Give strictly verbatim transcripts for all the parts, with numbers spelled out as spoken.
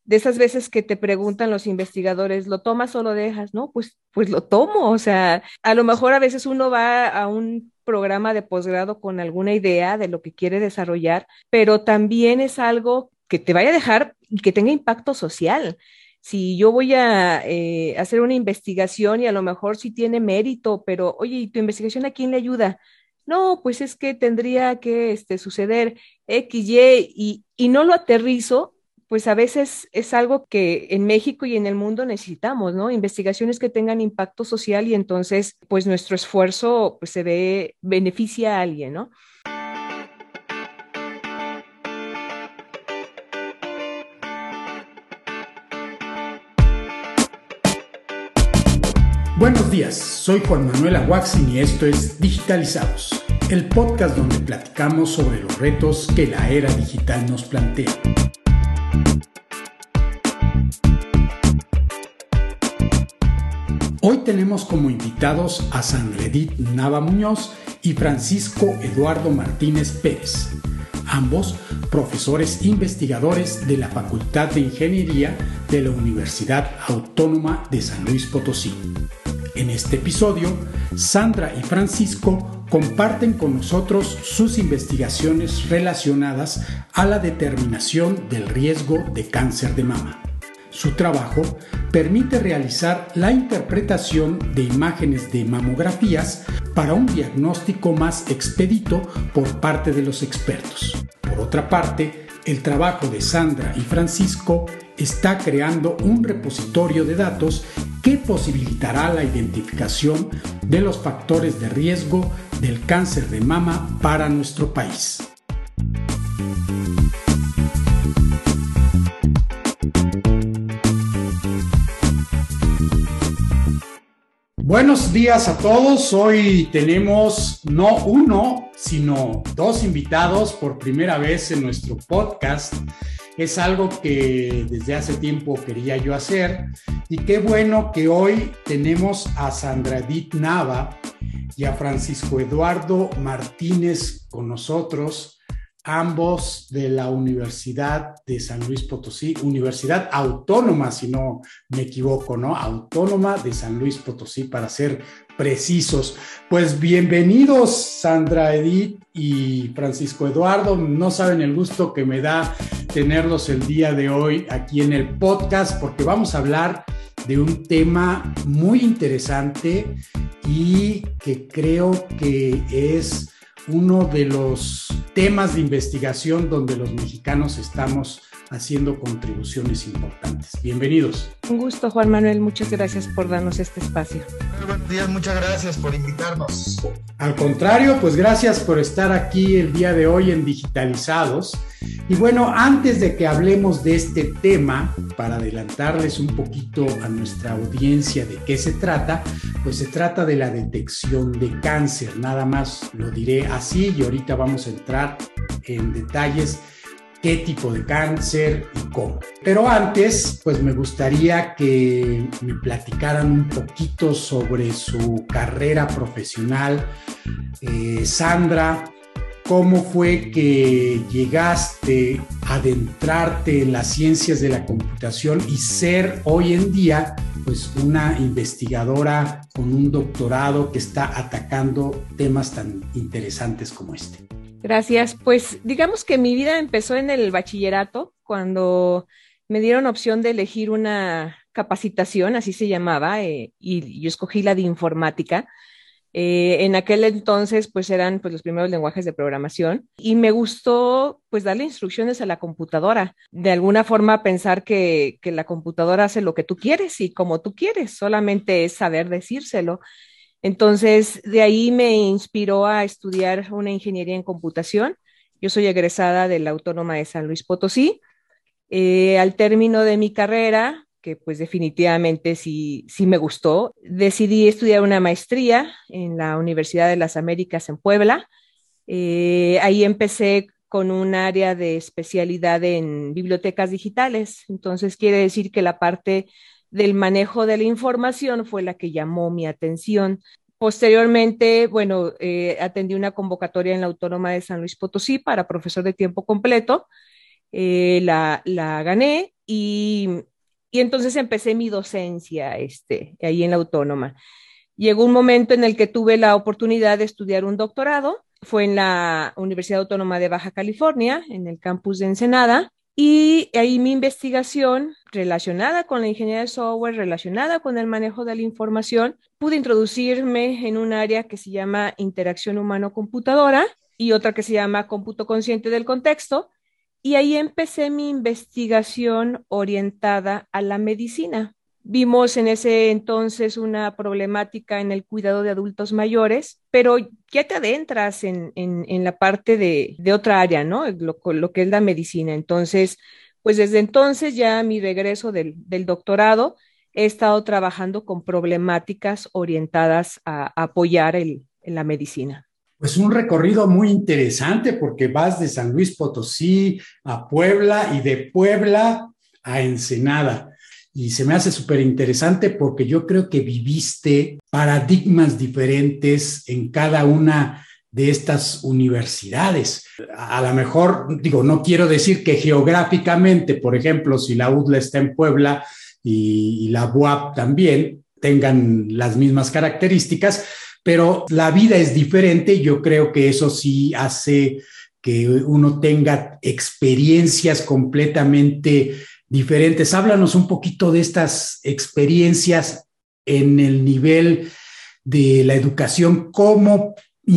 de esas veces que te preguntan los investigadores, ¿lo tomas o lo dejas? No, pues, pues lo tomo. O sea, a lo mejor a veces uno va a un programa de posgrado con alguna idea de lo que quiere desarrollar, pero también es algo que te vaya a dejar y que tenga impacto social. Si yo voy a eh, hacer una investigación y a lo mejor sí tiene mérito, pero oye, ¿y tu investigación a quién le ayuda? No, pues es que tendría que este, suceder X, Y y, y no lo aterrizo, pues a veces es algo que en México y en el mundo necesitamos, ¿no? Investigaciones que tengan impacto social y entonces, pues nuestro esfuerzo pues, se ve, beneficia a alguien, ¿no? Buenos días, soy Juan Manuel Aguaxin y esto es Digitalizados, el podcast donde platicamos sobre los retos que la era digital nos plantea. Hoy tenemos como invitados a Sandra Edith Nava Muñoz y Francisco Eduardo Martínez Pérez, ambos profesores investigadores de la Facultad de Ingeniería de la Universidad Autónoma de San Luis Potosí. En este episodio, Sandra y Francisco comparten con nosotros sus investigaciones relacionadas a la determinación del riesgo de cáncer de mama. Su trabajo permite realizar la interpretación de imágenes de mamografías para un diagnóstico más expedito por parte de los expertos. Por otra parte, el trabajo de Sandra y Francisco está creando un repositorio de datos que posibilitará la identificación de los factores de riesgo del cáncer de mama para nuestro país. Buenos días a todos. Hoy tenemos no uno, sino dos invitados por primera vez en nuestro podcast. Es algo que desde hace tiempo quería yo hacer y qué bueno que hoy tenemos a Sandra Edith Nava y a Francisco Eduardo Martínez con nosotros, ambos de la Universidad de San Luis Potosí, Universidad Autónoma, si no me equivoco, ¿no? Autónoma de San Luis Potosí, para ser precisos. Pues bienvenidos, Sandra Edith y Francisco Eduardo. No saben el gusto que me da tenerlos el día de hoy aquí en el podcast, porque vamos a hablar de un tema muy interesante y que creo que es uno de los temas de investigación donde los mexicanos estamos haciendo contribuciones importantes. Bienvenidos. Un gusto, Juan Manuel. Muchas gracias por darnos este espacio. Buenos días, muchas gracias por invitarnos. Al contrario, pues gracias por estar aquí el día de hoy en Digitalizados. Y bueno, antes de que hablemos de este tema, para adelantarles un poquito a nuestra audiencia de qué se trata, pues se trata de la detección de cáncer. Nada más lo diré así y ahorita vamos a entrar en detalles qué tipo de cáncer y cómo. Pero antes, pues me gustaría que me platicaran un poquito sobre su carrera profesional. Eh, Sandra, ¿cómo fue que llegaste a adentrarte en las ciencias de la computación y ser hoy en día pues una investigadora con un doctorado que está atacando temas tan interesantes como este? Gracias. Pues digamos que mi vida empezó en el bachillerato, cuando me dieron opción de elegir una capacitación, así se llamaba, eh, y yo escogí la de informática. Eh, en aquel entonces, pues eran pues, los primeros lenguajes de programación y me gustó pues darle instrucciones a la computadora. De alguna forma pensar que, que la computadora hace lo que tú quieres y como tú quieres, solamente es saber decírselo. Entonces, de ahí me inspiró a estudiar una ingeniería en computación. Yo soy egresada de la Autónoma de San Luis Potosí. Eh, al término de mi carrera, que pues definitivamente sí, sí me gustó, decidí estudiar una maestría en la Universidad de las Américas en Puebla. Eh, ahí empecé con un área de especialidad en bibliotecas digitales. Entonces, quiere decir que la parte del manejo de la información fue la que llamó mi atención. Posteriormente, bueno, eh, atendí una convocatoria en la Autónoma de San Luis Potosí para profesor de tiempo completo. Eh, la, la gané y, y entonces empecé mi docencia este, ahí en la Autónoma. Llegó un momento en el que tuve la oportunidad de estudiar un doctorado, fue en la Universidad Autónoma de Baja California, en el campus de Ensenada, y ahí mi investigación relacionada con la ingeniería de software, relacionada con el manejo de la información, pude introducirme en un área que se llama interacción humano-computadora y otra que se llama cómputo consciente del contexto, y ahí empecé mi investigación orientada a la medicina. Vimos en ese entonces una problemática en el cuidado de adultos mayores, pero ya te adentras en, en, en la parte de, de otra área, ¿no? Lo, lo que es la medicina. Entonces, pues desde entonces ya a mi regreso del, del doctorado, he estado trabajando con problemáticas orientadas a, a apoyar el, en la medicina. Pues un recorrido muy interesante porque vas de San Luis Potosí a Puebla y de Puebla a Ensenada. Y se me hace súper interesante porque yo creo que viviste paradigmas diferentes en cada una de estas universidades. A lo mejor, digo, no quiero decir que geográficamente, por ejemplo, si la U D L A está en Puebla y, y la U A P también tengan las mismas características, pero la vida es diferente y yo creo que eso sí hace que uno tenga experiencias completamente diferentes. Háblanos un poquito de estas experiencias en el nivel de la educación, cómo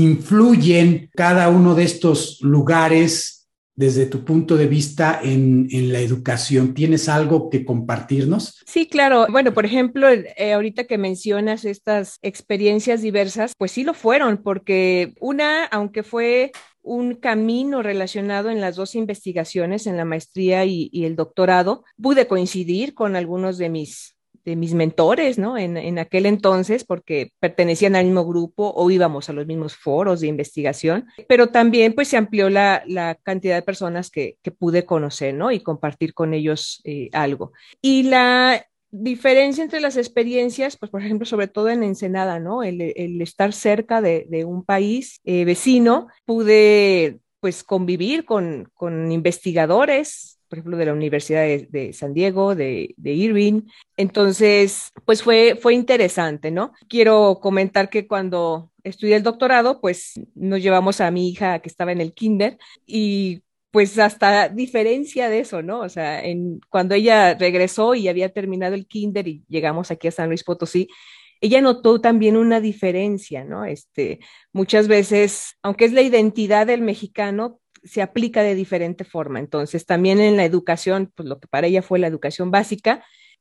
influyen cada uno de estos lugares desde tu punto de vista en, en la educación. ¿Tienes algo que compartirnos? Sí, claro. Bueno, por ejemplo, eh, ahorita que mencionas estas experiencias diversas, pues sí lo fueron, porque una, aunque fue un camino relacionado en las dos investigaciones, en la maestría y, y el doctorado, pude coincidir con algunos de mis, de mis mentores, ¿no? En, en aquel entonces, porque pertenecían al mismo grupo o íbamos a los mismos foros de investigación, pero también pues se amplió la, la cantidad de personas que, que pude conocer, ¿no? Y compartir con ellos eh, algo. Y la diferencia entre las experiencias, pues por ejemplo, sobre todo en Ensenada, ¿no? El, el estar cerca de, de un país eh, vecino, pude pues convivir con, con investigadores, por ejemplo, de la Universidad de, de San Diego, de, de Irving. Entonces, pues fue, fue interesante, ¿no? Quiero comentar que cuando estudié el doctorado, pues nos llevamos a mi hija que estaba en el kinder y pues hasta diferencia de eso, ¿no? O sea, en, cuando ella regresó y había terminado el kinder y llegamos aquí a San Luis Potosí, ella notó también una diferencia, ¿no? Este, muchas veces, aunque es la identidad del mexicano, se aplica de diferente forma. Entonces, también en la educación, pues lo que para ella fue la educación básica,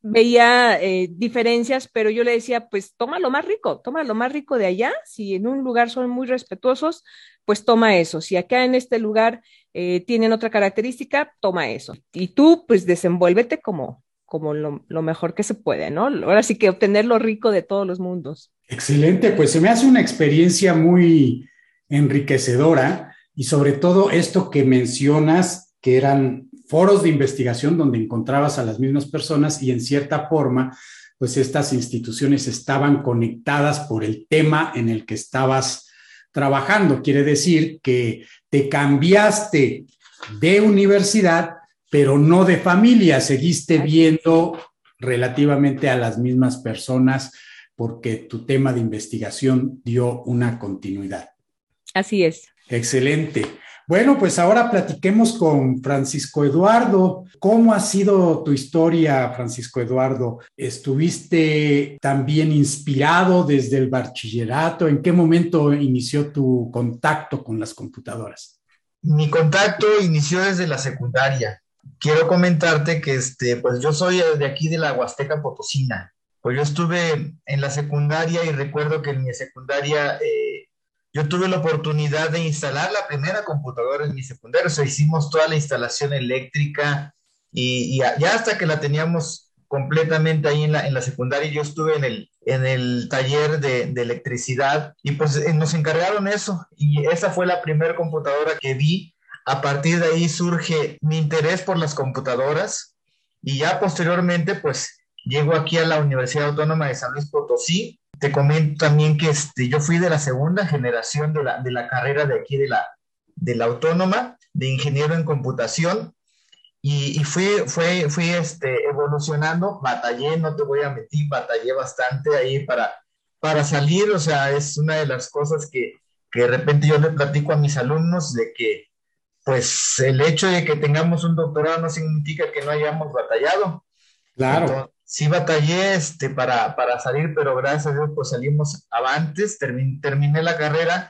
veía eh, diferencias, pero yo le decía, pues toma lo más rico, toma lo más rico de allá. Si en un lugar son muy respetuosos, pues toma eso. Si acá en este lugar eh, tienen otra característica, toma eso. Y tú, pues desenvuélvete como, como lo, lo mejor que se puede, ¿no? Ahora sí que obtener lo rico de todos los mundos. Excelente, pues se me hace una experiencia muy enriquecedora y sobre todo esto que mencionas, que eran foros de investigación donde encontrabas a las mismas personas y en cierta forma, pues estas instituciones estaban conectadas por el tema en el que estabas trabajando. Quiere decir que te cambiaste de universidad, pero no de familia, seguiste viendo relativamente a las mismas personas porque tu tema de investigación dio una continuidad. Así es. Excelente. Bueno, pues ahora platiquemos con Francisco Eduardo. ¿Cómo ha sido tu historia, Francisco Eduardo? ¿Estuviste también inspirado desde el bachillerato? ¿En qué momento inició tu contacto con las computadoras? Mi contacto inició desde la secundaria. Quiero comentarte que este, pues yo soy de aquí de la Huasteca Potosina. Pues yo estuve en la secundaria y recuerdo que en mi secundaria eh, yo tuve la oportunidad de instalar la primera computadora en mi secundaria. O sea, hicimos toda la instalación eléctrica y, y ya hasta que la teníamos completamente ahí en la, en la secundaria, yo estuve en el, en el taller de, de electricidad y pues eh, nos encargaron eso y esa fue la primera computadora que vi. A partir de ahí surge mi interés por las computadoras y ya posteriormente pues llego aquí a la Universidad Autónoma de San Luis Potosí. Te comento también que este, yo fui de la segunda generación de la, de la carrera de aquí de la, de la Autónoma, de ingeniero en computación. y, y fui, fui, fui este, evolucionando, batallé, no te voy a mentir, batallé bastante ahí para, para salir, o sea, es una de las cosas que, que de repente yo le platico a mis alumnos de que pues el hecho de que tengamos un doctorado no significa que no hayamos batallado. Claro. Entonces, sí batallé este, para, para salir, pero gracias a Dios pues salimos avantes, termin, terminé la carrera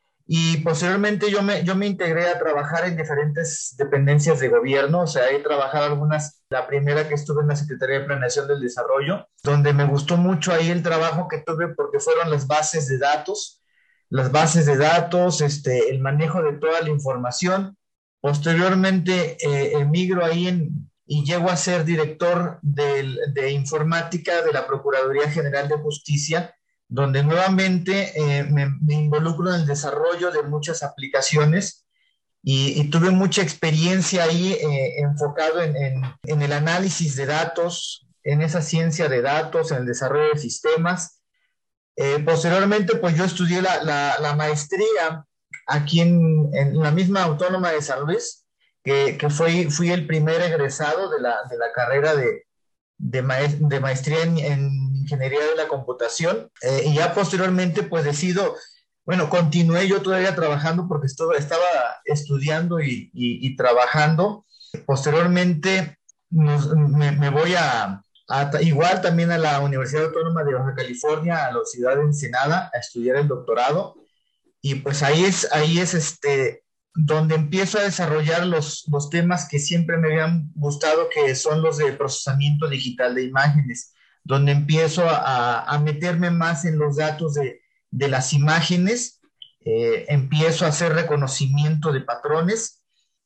y posteriormente yo me, yo me integré a trabajar en diferentes dependencias de gobierno, o sea, he trabajado algunas, la primera que estuve en la Secretaría de Planeación del Desarrollo, donde me gustó mucho ahí el trabajo que tuve porque fueron las bases de datos, las bases de datos, este, el manejo de toda la información. Posteriormente eh, emigro ahí en, y llego a ser director del- de informática de la Procuraduría General de Justicia, donde nuevamente eh, me, me involucro en el desarrollo de muchas aplicaciones y, y tuve mucha experiencia ahí eh, enfocado en, en- en el análisis de datos, en esa ciencia de datos, en el desarrollo de sistemas. Eh, posteriormente, pues yo estudié la, la- la maestría aquí en, en la misma Autónoma de San Luis, que, que fui, fui el primer egresado de la, de la carrera de, de, maes- de maestría en, en ingeniería de la computación. Eh, y ya posteriormente, pues decido, bueno, continué yo todavía trabajando porque estuve, estaba estudiando y, y- y trabajando. Posteriormente, nos- me, me voy a, a ta- igual también a la Universidad Autónoma de Baja California, a la ciudad de Ensenada, a estudiar el doctorado. Y pues ahí es, ahí es este, donde empiezo a desarrollar los, los temas que siempre me habían gustado, que son los de procesamiento digital de imágenes, donde empiezo a, a meterme más en los datos de, de las imágenes, eh, empiezo a hacer reconocimiento de patrones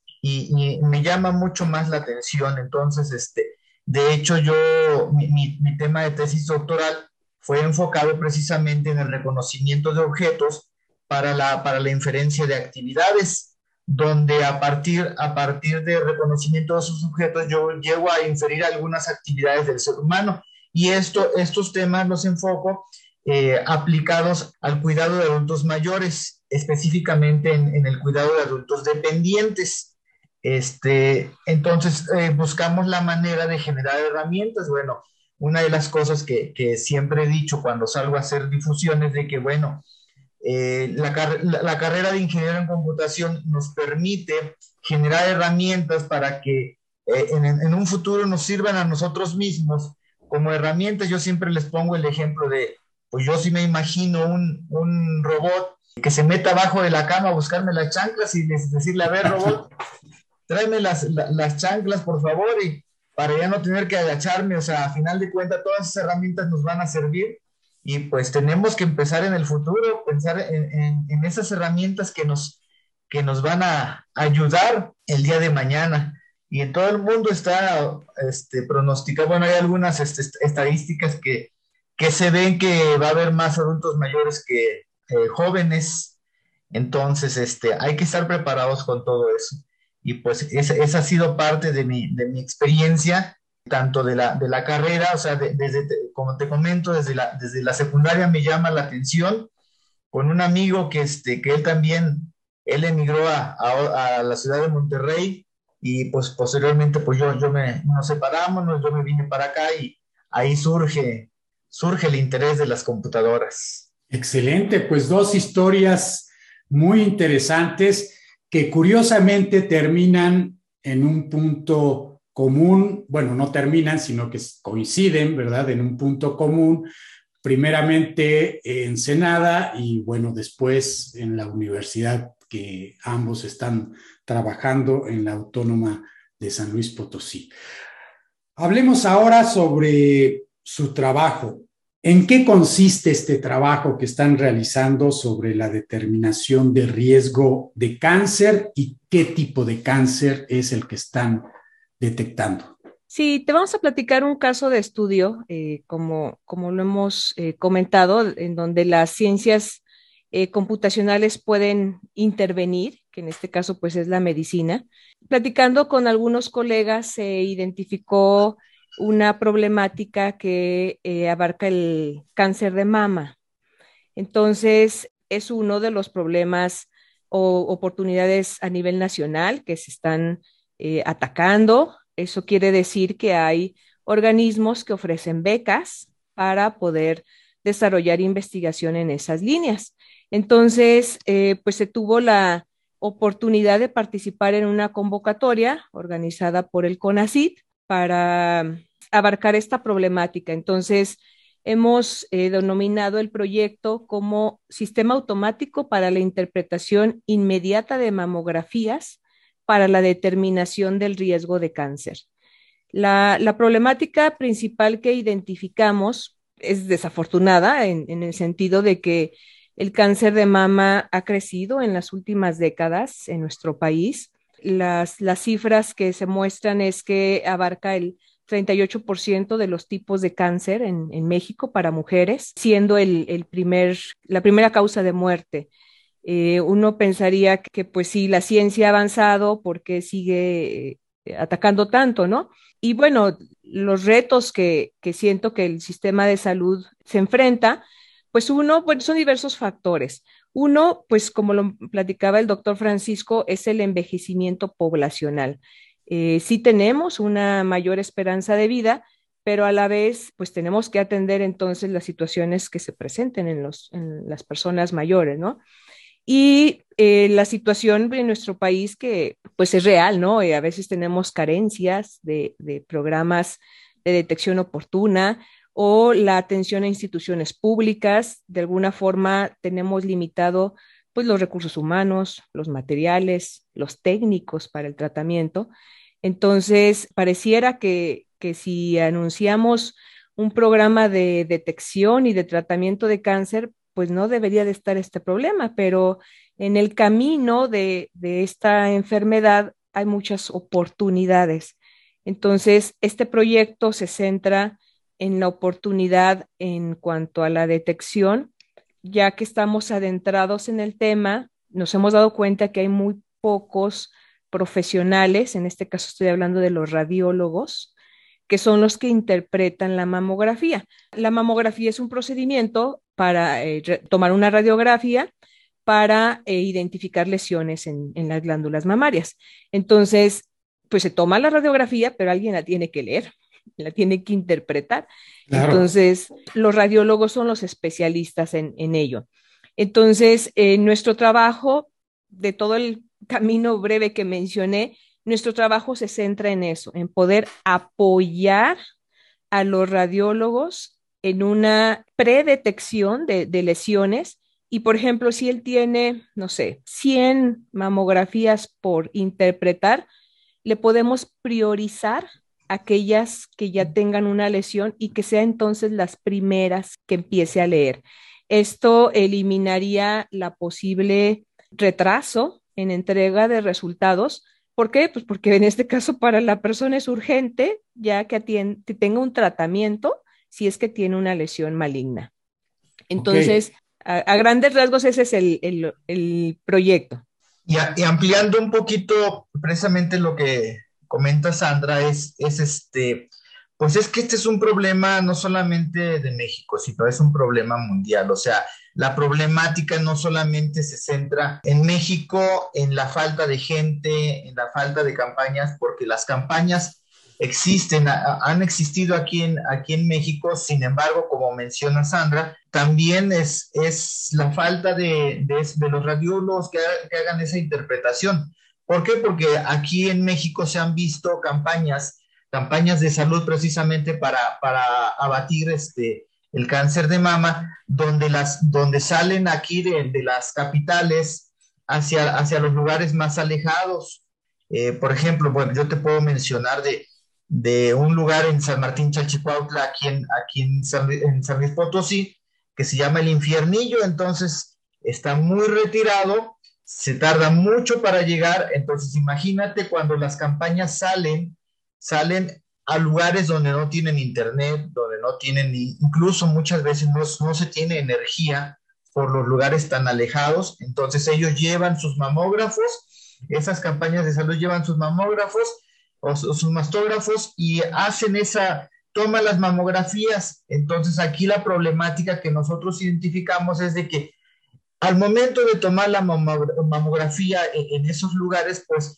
y, y me llama mucho más la atención. Entonces, este, de hecho, yo, mi, mi, mi tema de tesis doctoral fue enfocado precisamente en el reconocimiento de objetos para la, para la inferencia de actividades, donde a partir, a partir de reconocimiento de esos objetos yo llego a inferir algunas actividades del ser humano. Y esto, estos temas los enfoco eh, aplicados al cuidado de adultos mayores, específicamente en, en el cuidado de adultos dependientes. Este, entonces, eh, buscamos la manera de generar herramientas. Bueno, una de las cosas que, que siempre he dicho cuando salgo a hacer difusiones de que, bueno, eh, la, car la, la, carrera de ingeniero en computación nos permite generar herramientas para que eh, en, en, un futuro nos sirvan a nosotros mismos como herramientas. Yo siempre les pongo el ejemplo de, pues yo sí me imagino un, un robot que se meta abajo de la cama a buscarme las chanclas y decirle, a ver, robot, tráeme las, la, las chanclas, por favor, y para ya no tener que agacharme. O sea, a final de cuentas, todas esas herramientas nos van a servir y pues tenemos que empezar en el futuro, pensar en, en, en esas herramientas que nos, que nos van a ayudar el día de mañana. Y en todo el mundo está este, pronosticado, bueno, hay algunas este, estadísticas que, que se ven que va a haber más adultos mayores que eh, jóvenes. Entonces, este, hay que estar preparados con todo eso. Y pues esa, esa ha sido parte de mi, de mi experiencia, tanto de la, de la carrera, o sea, de- desde, como te comento, desde la, desde la secundaria me llama la atención, con un amigo que, este, que él también, él emigró a, a, a la ciudad de Monterrey y pues posteriormente pues yo, yo me, nos separamos, ¿no? Yo me vine para acá y ahí surge, surge el interés de las computadoras. Excelente, pues dos historias muy interesantes que curiosamente terminan en un punto común, bueno, no terminan, sino que coinciden, ¿verdad? En un punto común, primeramente en Ensenada y bueno, después en la universidad que ambos están trabajando en la Autónoma de San Luis Potosí. Hablemos ahora sobre su trabajo. ¿En qué consiste este trabajo que están realizando sobre la determinación de riesgo de cáncer y qué tipo de cáncer es el que están detectando? Sí, te vamos a platicar un caso de estudio, eh, como, como lo hemos eh, comentado, en donde las ciencias eh, computacionales pueden intervenir, que en este caso pues es la medicina. Platicando con algunos colegas se identificó una problemática que eh, abarca el cáncer de mama. Entonces, es uno de los problemas o oportunidades a nivel nacional que se están eh, atacando. Eso quiere decir que hay organismos que ofrecen becas para poder desarrollar investigación en esas líneas. Entonces, eh, pues se tuvo la oportunidad de participar en una convocatoria organizada por el CONACYT para abarcar esta problemática. Entonces, hemos eh, denominado el proyecto como Sistema Automático para la Interpretación Inmediata de Mamografías para la determinación del riesgo de cáncer. La, la problemática principal que identificamos es desafortunada en, en el sentido de que el cáncer de mama ha crecido en las últimas décadas en nuestro país. Las, las cifras que se muestran es que abarca el treinta y ocho por ciento de los tipos de cáncer en, en México para mujeres, siendo el, el primer, la primera causa de muerte. Eh, uno pensaría que pues sí, la ciencia ha avanzado, ¿por qué sigue eh, atacando tanto, no? Y bueno, los retos que, que siento que el sistema de salud se enfrenta, pues uno, bueno, son diversos factores. Uno, pues como lo platicaba el doctor Francisco, es el envejecimiento poblacional. Eh, sí tenemos una mayor esperanza de vida, pero a la vez, pues tenemos que atender entonces las situaciones que se presenten en, los, en las personas mayores, ¿no? Y eh, la situación en nuestro país que pues es real, ¿no? Eh, a veces tenemos carencias de, de programas de detección oportuna o la atención a instituciones públicas. De alguna forma tenemos limitado pues los recursos humanos, los materiales, los técnicos para el tratamiento. Entonces, pareciera que, que si anunciamos un programa de detección y de tratamiento de cáncer, pues no debería de estar este problema, pero en el camino de, de esta enfermedad hay muchas oportunidades. Entonces, este proyecto se centra en la oportunidad en cuanto a la detección, ya que estamos adentrados en el tema, nos hemos dado cuenta que hay muy pocos profesionales, en este caso estoy hablando de los radiólogos, que son los que interpretan la mamografía. La mamografía es un procedimiento para eh, tomar una radiografía para eh, identificar lesiones en, en las glándulas mamarias. Entonces, pues se toma la radiografía, pero alguien la tiene que leer, la tiene que interpretar. Claro. Entonces, los radiólogos son los especialistas en, en ello. Entonces, eh, nuestro trabajo, de todo el camino breve que mencioné, nuestro trabajo se centra en eso, en poder apoyar a los radiólogos en una predetección de, de lesiones. Y, por ejemplo, si él tiene, no sé, cien mamografías por interpretar, le podemos priorizar aquellas que ya tengan una lesión y que sean entonces las primeras que empiece a leer. Esto eliminaría la posible retraso en entrega de resultados. ¿Por qué? Pues porque en este caso para la persona es urgente ya que, atiende, que tenga un tratamiento si es que tiene una lesión maligna. Entonces, okay. a, a grandes rasgos ese es el, el, el proyecto. Y, a, y ampliando un poquito precisamente lo que comenta Sandra, es, es este, pues es que este es un problema no solamente de México, sino es un problema mundial. O sea, la problemática no solamente se centra en México, en la falta de gente, en la falta de campañas, porque las campañas existen, a, han existido aquí en, aquí en México. Sin embargo, como menciona Sandra, también es, es la falta de, de, de los radiólogos que, que hagan esa interpretación. ¿Por qué? Porque aquí en México se han visto campañas, campañas de salud precisamente para, para abatir este, el cáncer de mama, donde, las, donde salen aquí de, de las capitales hacia, hacia los lugares más alejados. Eh, por ejemplo, bueno, yo te puedo mencionar de, de un lugar en San Martín Chalchicuautla, aquí en, aquí en, San, en San Luis Potosí, que se llama El Infiernillo. Entonces está muy retirado, se tarda mucho para llegar. Entonces imagínate cuando las campañas salen, salen a lugares donde no tienen internet, donde no tienen, incluso muchas veces no, no se tiene energía por los lugares tan alejados. Entonces ellos llevan sus mamógrafos, esas campañas de salud llevan sus mamógrafos o, o sus mastógrafos y hacen esa, toman las mamografías. Entonces aquí la problemática que nosotros identificamos es de que al momento de tomar la mamografía en, en esos lugares, pues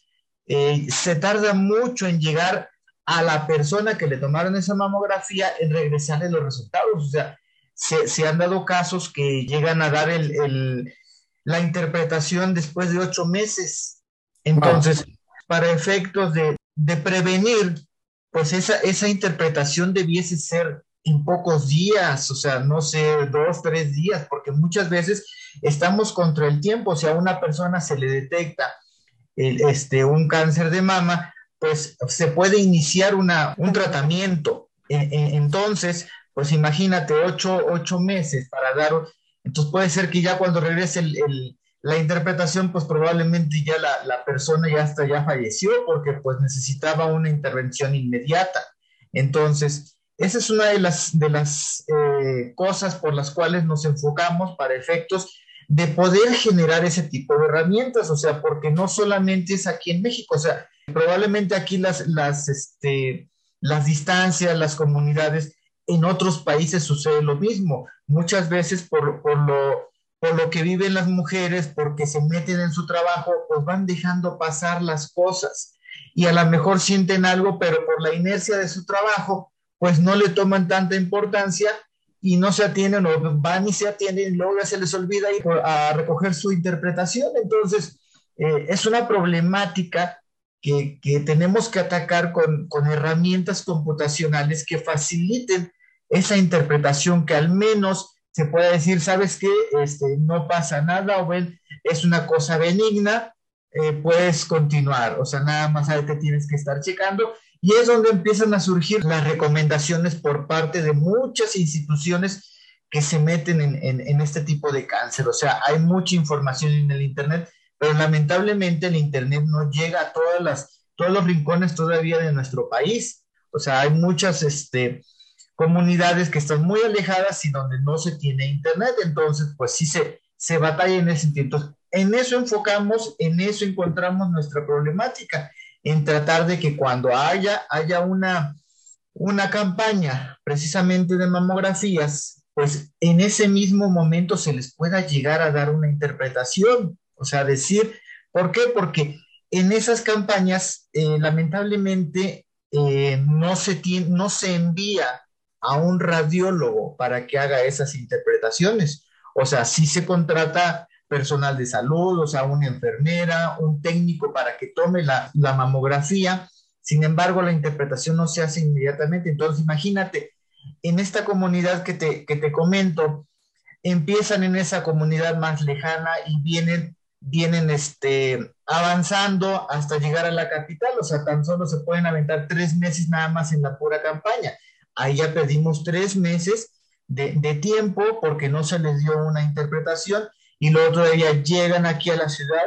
eh, se tarda mucho en llegar a la persona que le tomaron esa mamografía en regresarle los resultados. O sea, se, se han dado casos que llegan a dar el, el, la interpretación después de ocho meses. Entonces, wow, para efectos de, de prevenir, pues esa, esa interpretación debiese ser en pocos días, o sea, no sé, dos, tres días, porque muchas veces estamos contra el tiempo. Si a una persona se le detecta el, este, un cáncer de mama, pues se puede iniciar una, un tratamiento. Entonces, pues imagínate, ocho, ocho meses para dar, entonces puede ser que ya cuando regrese el, el, la interpretación, pues probablemente ya la, la persona ya hasta ya falleció, porque pues necesitaba una intervención inmediata. Entonces, esa es una de las, de las eh, cosas por las cuales nos enfocamos para efectos de poder generar ese tipo de herramientas, o sea, porque no solamente es aquí en México, o sea, probablemente aquí las, las, este, las distancias, las comunidades, en otros países sucede lo mismo. Muchas veces por, por, lo, por lo que viven las mujeres, porque se meten en su trabajo, pues van dejando pasar las cosas y a lo mejor sienten algo, pero por la inercia de su trabajo, pues no le toman tanta importancia y no se atienden, o van y se atienden y luego ya se les olvida ir a recoger su interpretación. Entonces, eh, es una problemática que, que tenemos que atacar con, con herramientas computacionales que faciliten esa interpretación, que al menos se pueda decir, ¿sabes qué? Este, no pasa nada, o ven, es una cosa benigna, eh, puedes continuar, o sea, nada más ahí te tienes que estar checando. Y es donde empiezan a surgir las recomendaciones por parte de muchas instituciones que se meten en, en, en este tipo de cáncer. O sea, hay mucha información en el Internet, pero lamentablemente el Internet no llega a todas las, todos los rincones todavía de nuestro país. O sea, hay muchas este, comunidades que están muy alejadas y donde no se tiene Internet. Entonces, pues sí se, se batalla en ese sentido. Entonces, en eso enfocamos, en eso encontramos nuestra problemática, en tratar de que cuando haya, haya una, una campaña precisamente de mamografías, pues en ese mismo momento se les pueda llegar a dar una interpretación. O sea, decir, ¿por qué? Porque en esas campañas, eh, lamentablemente, eh, no, se tiene, no se envía a un radiólogo para que haga esas interpretaciones. O sea, sí se contrata personal de salud, o sea, una enfermera, un técnico para que tome la, la mamografía. Sin embargo, la interpretación no se hace inmediatamente. Entonces, imagínate, en esta comunidad que te, que te comento, empiezan en esa comunidad más lejana y vienen, vienen este, avanzando hasta llegar a la capital. O sea, tan solo se pueden aventar tres meses nada más en la pura campaña. Ahí ya perdimos tres meses de, de tiempo porque no se les dio una interpretación. Y luego todavía llegan aquí a la ciudad,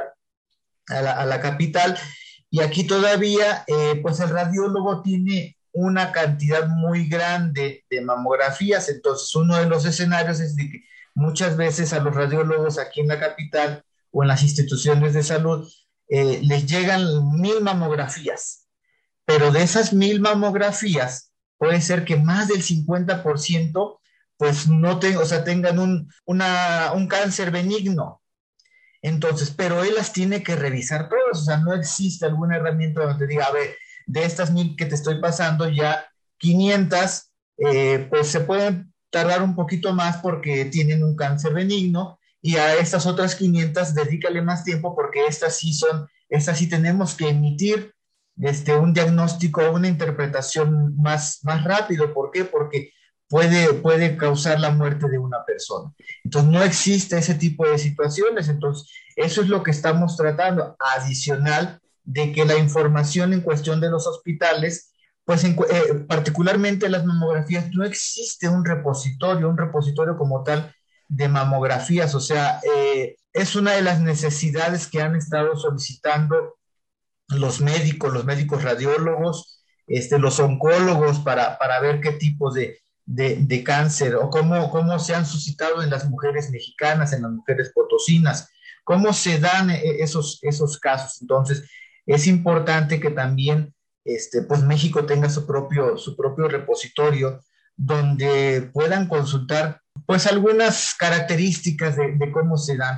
a la, a la capital, y aquí todavía, eh, pues el radiólogo tiene una cantidad muy grande de mamografías. Entonces, uno de los escenarios es de que muchas veces a los radiólogos aquí en la capital o en las instituciones de salud eh, les llegan mil mamografías, pero de esas mil mamografías puede ser que más del cincuenta por ciento pues no te, o sea, tengan un, una, un cáncer benigno. Entonces, pero él las tiene que revisar todas. O sea, no existe alguna herramienta donde te diga, a ver, de estas mil que te estoy pasando, ya quinientas, eh, pues se pueden tardar un poquito más porque tienen un cáncer benigno, y a estas otras quinientas dedícale más tiempo porque estas sí son, estas sí tenemos que emitir este, un diagnóstico, una interpretación más, más rápido. ¿Por qué? Porque Puede, puede causar la muerte de una persona. Entonces, no existe ese tipo de situaciones. Entonces, eso es lo que estamos tratando, adicional de que la información en cuestión de los hospitales, pues en, eh, particularmente las mamografías, no existe un repositorio, un repositorio como tal de mamografías. O sea, eh, es una de las necesidades que han estado solicitando los médicos, los médicos radiólogos, este, los oncólogos, para, para ver qué tipo de De, de cáncer, o cómo, cómo se han suscitado en las mujeres mexicanas, en las mujeres potosinas, cómo se dan esos, esos casos. Entonces, es importante que también este, pues México tenga su propio, su propio repositorio donde puedan consultar pues algunas características de, de cómo se dan.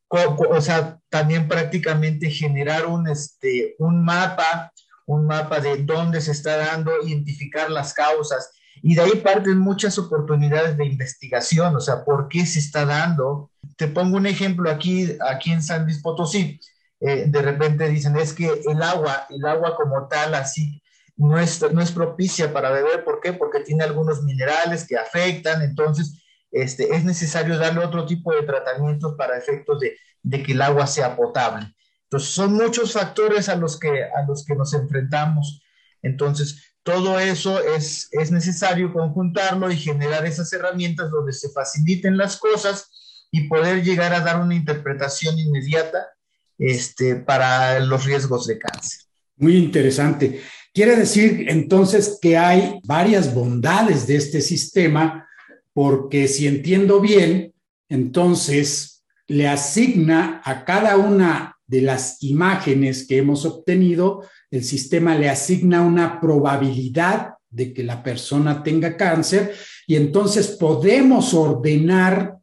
o sea, también prácticamente generar un, este, un mapa, un mapa de dónde se está dando, identificar las causas, y de ahí parten muchas oportunidades de investigación, o sea, ¿por qué se está dando? Te pongo un ejemplo aquí, aquí en San Luis Potosí, eh, de repente dicen, es que el agua, el agua como tal, así, no es, no es propicia para beber, ¿por qué? Porque tiene algunos minerales que afectan, entonces este, es necesario darle otro tipo de tratamientos para efectos de, de que el agua sea potable. Entonces, son muchos factores a los que, a los que nos enfrentamos. Entonces, todo eso es, es necesario conjuntarlo y generar esas herramientas donde se faciliten las cosas y poder llegar a dar una interpretación inmediata este, para los riesgos de cáncer. Muy interesante. Quiere decir entonces que hay varias bondades de este sistema, porque si entiendo bien, entonces le asigna a cada una de las imágenes que hemos obtenido, el sistema le asigna una probabilidad de que la persona tenga cáncer y entonces podemos ordenar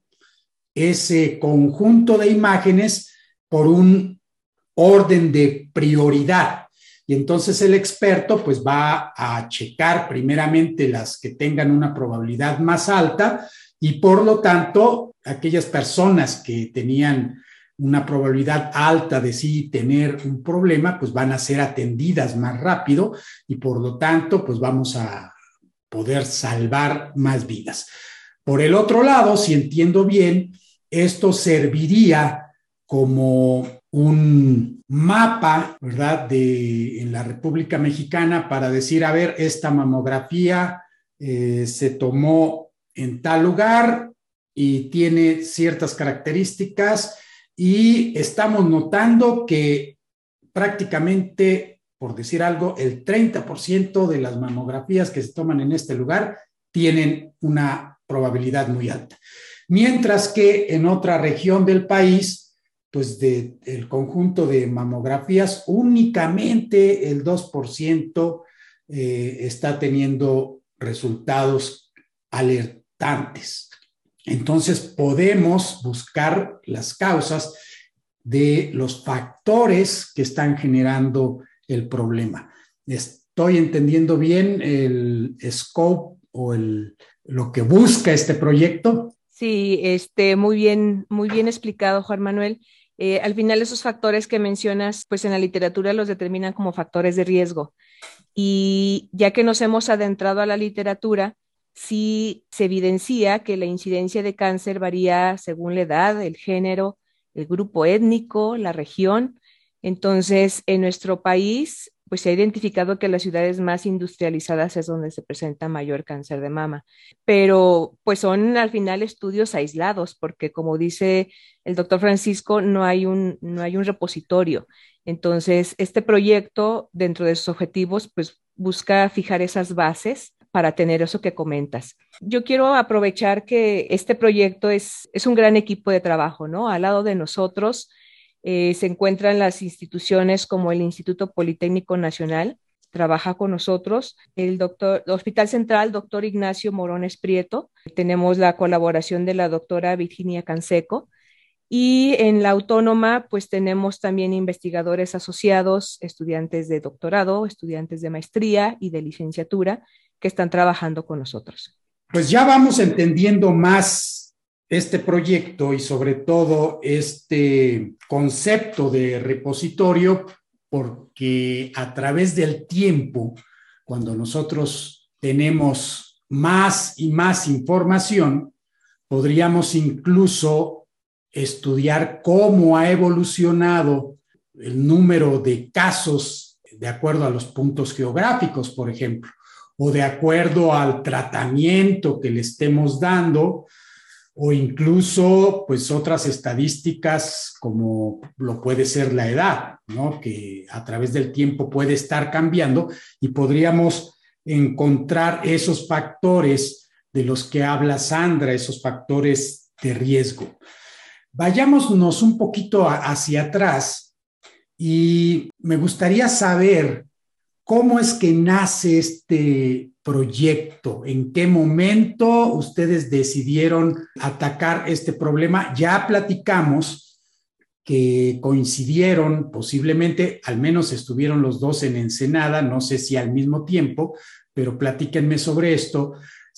ese conjunto de imágenes por un orden de prioridad. Y entonces el experto pues va a checar primeramente las que tengan una probabilidad más alta y por lo tanto aquellas personas que tenían una probabilidad alta de sí tener un problema, pues van a ser atendidas más rápido y por lo tanto, pues vamos a poder salvar más vidas. Por el otro lado, si entiendo bien, esto serviría como un mapa, ¿verdad?, de, en la República Mexicana para decir, a ver, esta mamografía eh, se tomó en tal lugar y tiene ciertas características y estamos notando que prácticamente, por decir algo, el treinta por ciento de las mamografías que se toman en este lugar tienen una probabilidad muy alta. Mientras que en otra región del país, pues del de conjunto de mamografías, únicamente el dos por ciento eh, está teniendo resultados alertantes. Entonces podemos buscar las causas de los factores que están generando el problema. ¿Estoy entendiendo bien el scope o el, lo que busca este proyecto? Sí, este, muy bien, muy bien explicado, Juan Manuel. Eh, al final esos factores que mencionas, pues en la literatura los determinan como factores de riesgo. Y ya que nos hemos adentrado a la literatura, sí se evidencia que la incidencia de cáncer varía según la edad, el género, el grupo étnico, la región. Entonces, en nuestro país, pues se ha identificado que las ciudades más industrializadas es donde se presenta mayor cáncer de mama. Pero pues son al final estudios aislados, porque como dice el doctor Francisco, no hay un, no hay un repositorio. Entonces, este proyecto, dentro de sus objetivos, pues busca fijar esas bases para tener eso que comentas. Yo quiero aprovechar que este proyecto es, es un gran equipo de trabajo, ¿no? Al lado de nosotros eh, se encuentran las instituciones como el Instituto Politécnico Nacional, trabaja con nosotros, el doctor, el Hospital Central, doctor Ignacio Morones Prieto, tenemos la colaboración de la doctora Virginia Canseco, y en la Autónoma, pues tenemos también investigadores asociados, estudiantes de doctorado, estudiantes de maestría y de licenciatura que están trabajando con nosotros. Pues ya vamos entendiendo más este proyecto y sobre todo este concepto de repositorio, porque a través del tiempo, cuando nosotros tenemos más y más información, podríamos incluso estudiar cómo ha evolucionado el número de casos de acuerdo a los puntos geográficos, por ejemplo, o de acuerdo al tratamiento que le estemos dando, o incluso pues otras estadísticas como lo puede ser la edad, ¿no? Que a través del tiempo puede estar cambiando y podríamos encontrar esos factores de los que habla Sandra, esos factores de riesgo. Vayámonos un poquito hacia atrás y me gustaría saber cómo es que nace este proyecto, en qué momento ustedes decidieron atacar este problema. Ya platicamos que coincidieron, posiblemente, al menos estuvieron los dos en Ensenada, no sé si al mismo tiempo, pero platíquenme sobre esto.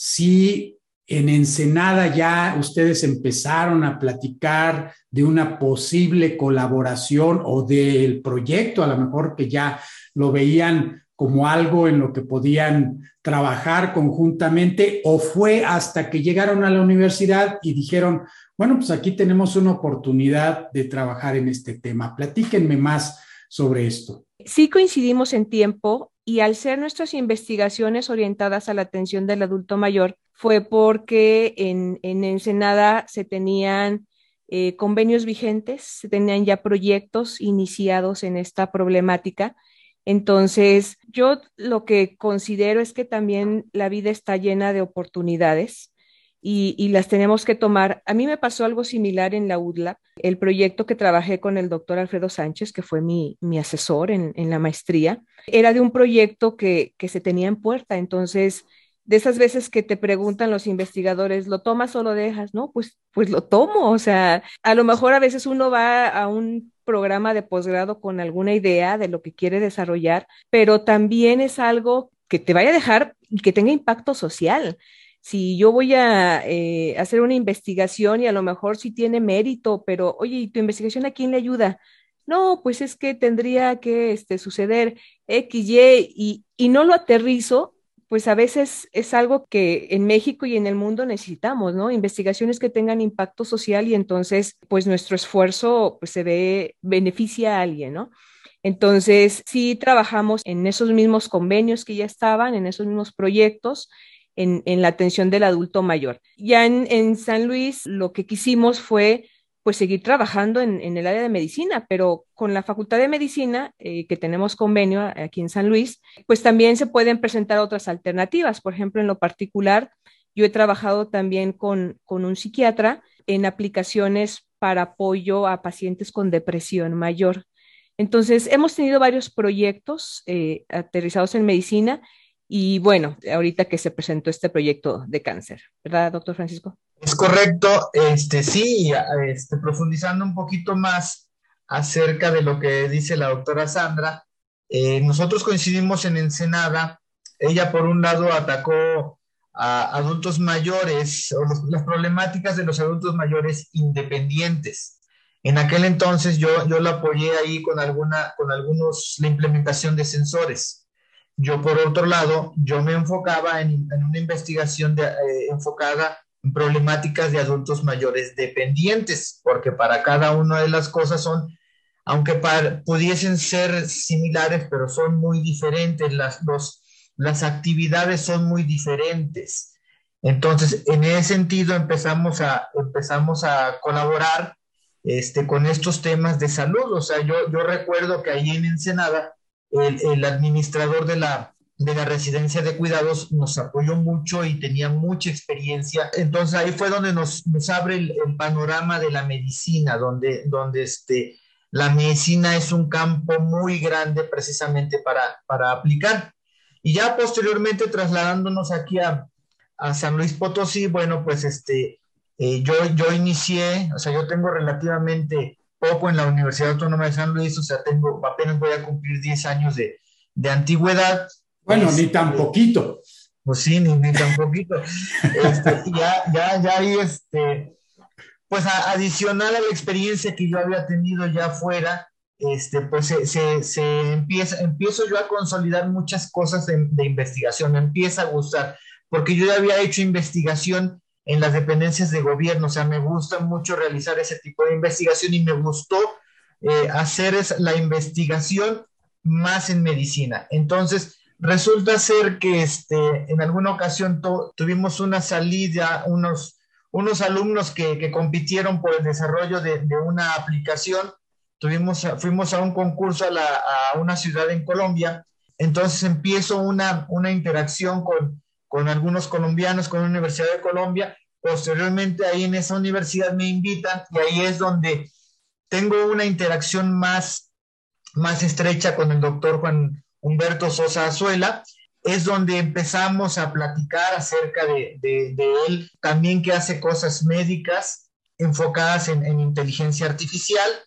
Si en Ensenada ya ustedes empezaron a platicar de una posible colaboración o del proyecto, a lo mejor que ya lo veían como algo en lo que podían trabajar conjuntamente, o fue hasta que llegaron a la universidad y dijeron, bueno, pues aquí tenemos una oportunidad de trabajar en este tema. Platíquenme más sobre esto. Sí coincidimos en tiempo, y al ser nuestras investigaciones orientadas a la atención del adulto mayor, fue porque en, en Ensenada se tenían eh, convenios vigentes, se tenían ya proyectos iniciados en esta problemática. Entonces, yo lo que considero es que también la vida está llena de oportunidades y, y las tenemos que tomar. A mí me pasó algo similar en la U D L A. El proyecto que trabajé con el doctor Alfredo Sánchez, que fue mi, mi asesor en, en la maestría, era de un proyecto que, que se tenía en puerta. Entonces, de esas veces que te preguntan los investigadores, ¿lo tomas o lo dejas? No, pues, pues lo tomo. O sea, a lo mejor a veces uno va a un programa de posgrado con alguna idea de lo que quiere desarrollar, pero también es algo que te vaya a dejar y que tenga impacto social. Si yo voy a eh, hacer una investigación y a lo mejor sí tiene mérito, pero oye, ¿y tu investigación a quién le ayuda? No, pues es que tendría que este, suceder X, Y, y, y no lo aterrizo, pues a veces es algo que en México y en el mundo necesitamos, ¿no? Investigaciones que tengan impacto social, y entonces, pues nuestro esfuerzo pues, se ve, beneficia a alguien, ¿no? Entonces, sí trabajamos en esos mismos convenios que ya estaban, en esos mismos proyectos, en, en la atención del adulto mayor. Ya en, en San Luis, lo que quisimos fue pues seguir trabajando en, en el área de medicina, pero con la Facultad de Medicina, eh, que tenemos convenio aquí en San Luis, pues también se pueden presentar otras alternativas. Por ejemplo, en lo particular, yo he trabajado también con, con un psiquiatra en aplicaciones para apoyo a pacientes con depresión mayor. Entonces, hemos tenido varios proyectos eh, aterrizados en medicina, y bueno, ahorita que se presentó este proyecto de cáncer, ¿verdad, doctor Francisco? Es correcto, este, sí, este, profundizando un poquito más acerca de lo que dice la doctora Sandra, eh, nosotros coincidimos en Ensenada. Ella por un lado atacó a adultos mayores, o los, las problemáticas de los adultos mayores independientes. En aquel entonces yo, yo la apoyé ahí con, alguna, con algunos, la implementación de sensores. Yo por otro lado, yo me enfocaba en, en una investigación de, eh, enfocada en problemáticas de adultos mayores dependientes, porque para cada una de las cosas son, aunque para, pudiesen ser similares, pero son muy diferentes, las, los, las actividades son muy diferentes. Entonces, en ese sentido empezamos a, empezamos a colaborar este, con estos temas de salud. O sea, yo, yo recuerdo que ahí en Ensenada, el, el administrador de la, de la residencia de cuidados nos apoyó mucho y tenía mucha experiencia. Entonces ahí fue donde nos, nos abre el, el panorama de la medicina, donde, donde este, la medicina es un campo muy grande precisamente para, para aplicar. Y ya posteriormente trasladándonos aquí a, a San Luis Potosí, bueno, pues este, eh, yo, yo inicié, o sea, yo tengo relativamente poco en la Universidad Autónoma de San Luis, o sea, tengo, apenas voy a cumplir diez años de, de antigüedad. Bueno, este, ni tan poquito. Pues sí, ni, ni tan poquito. Este, ya, ya, ya ahí, este, pues a, adicional a la experiencia que yo había tenido ya afuera, este, pues se, se, se empieza, empiezo yo a consolidar muchas cosas de, de investigación, me empieza a gustar, porque yo ya había hecho investigación en las dependencias de gobierno, o sea, me gusta mucho realizar ese tipo de investigación y me gustó eh, hacer es, la investigación más en medicina. Entonces, resulta ser que este, en alguna ocasión to, tuvimos una salida, unos, unos alumnos que, que compitieron por el desarrollo de, de una aplicación, tuvimos, fuimos a un concurso a, la, a una ciudad en Colombia. Entonces empiezo una, una interacción con con algunos colombianos, con la Universidad de Colombia. Posteriormente ahí en esa universidad me invitan y ahí es donde tengo una interacción más, más estrecha con el doctor Juan Humberto Sosa Azuela. Es donde empezamos a platicar acerca de, de, de él, también que hace cosas médicas enfocadas en, en inteligencia artificial.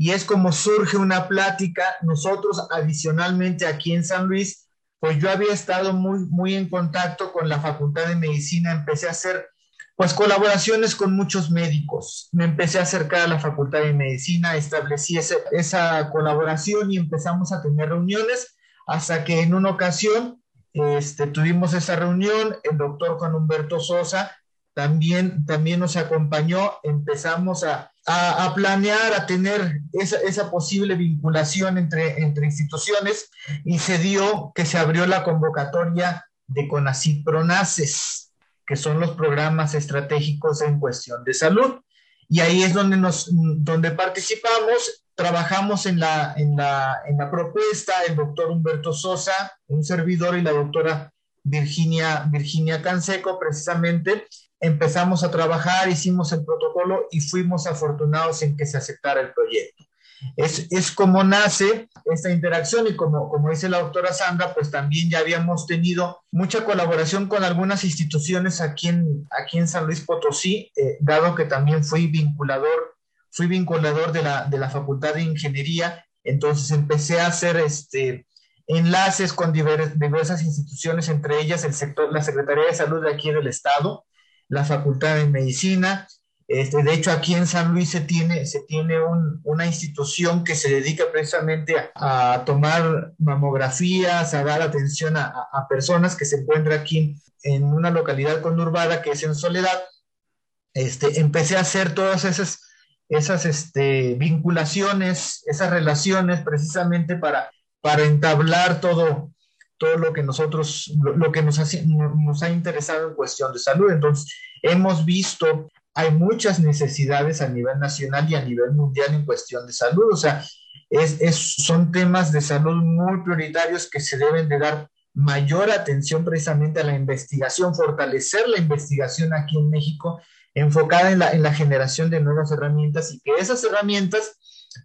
y es como surge una plática. Nosotros adicionalmente aquí en San Luis, pues yo había estado muy, muy en contacto con la Facultad de Medicina, empecé a hacer pues colaboraciones con muchos médicos, me empecé a acercar a la Facultad de Medicina, establecí ese, esa colaboración y empezamos a tener reuniones hasta que en una ocasión este, tuvimos esa reunión, el doctor Juan Humberto Sosa también, también nos acompañó, empezamos a, a, a planear, a tener esa, esa posible vinculación entre, entre instituciones y se dio que se abrió la convocatoria de CONACYT PRONACES, que son los programas estratégicos en cuestión de salud. Y ahí es donde, nos, donde participamos, trabajamos en la, en, la, en la propuesta, el doctor Humberto Sosa, un servidor, y la doctora Virginia, Virginia Canseco, precisamente. Empezamos a trabajar, hicimos el protocolo y fuimos afortunados en que se aceptara el proyecto. Es, es como nace esta interacción y como, como dice la doctora Sandra, pues también ya habíamos tenido mucha colaboración con algunas instituciones aquí en, aquí en San Luis Potosí, eh, dado que también fui vinculador, fui vinculador de la, de la Facultad de Ingeniería, entonces empecé a hacer este, enlaces con diver, diversas instituciones, entre ellas el sector, la Secretaría de Salud de aquí del Estado, la Facultad de Medicina. Este, de hecho, aquí en San Luis se tiene, se tiene un, una institución que se dedica precisamente a, a tomar mamografías, a dar atención a, a personas que se encuentran aquí en una localidad conurbada que es en Soledad. Este, empecé a hacer todas esas, esas este, vinculaciones, esas relaciones precisamente para, para entablar todo, todo lo que nosotros, lo, lo que nos ha, nos ha interesado en cuestión de salud. Entonces, hemos visto, hay muchas necesidades a nivel nacional y a nivel mundial en cuestión de salud. O sea, es, es, son temas de salud muy prioritarios que se deben de dar mayor atención precisamente a la investigación, fortalecer la investigación aquí en México, enfocada en la, en la generación de nuevas herramientas, y que esas herramientas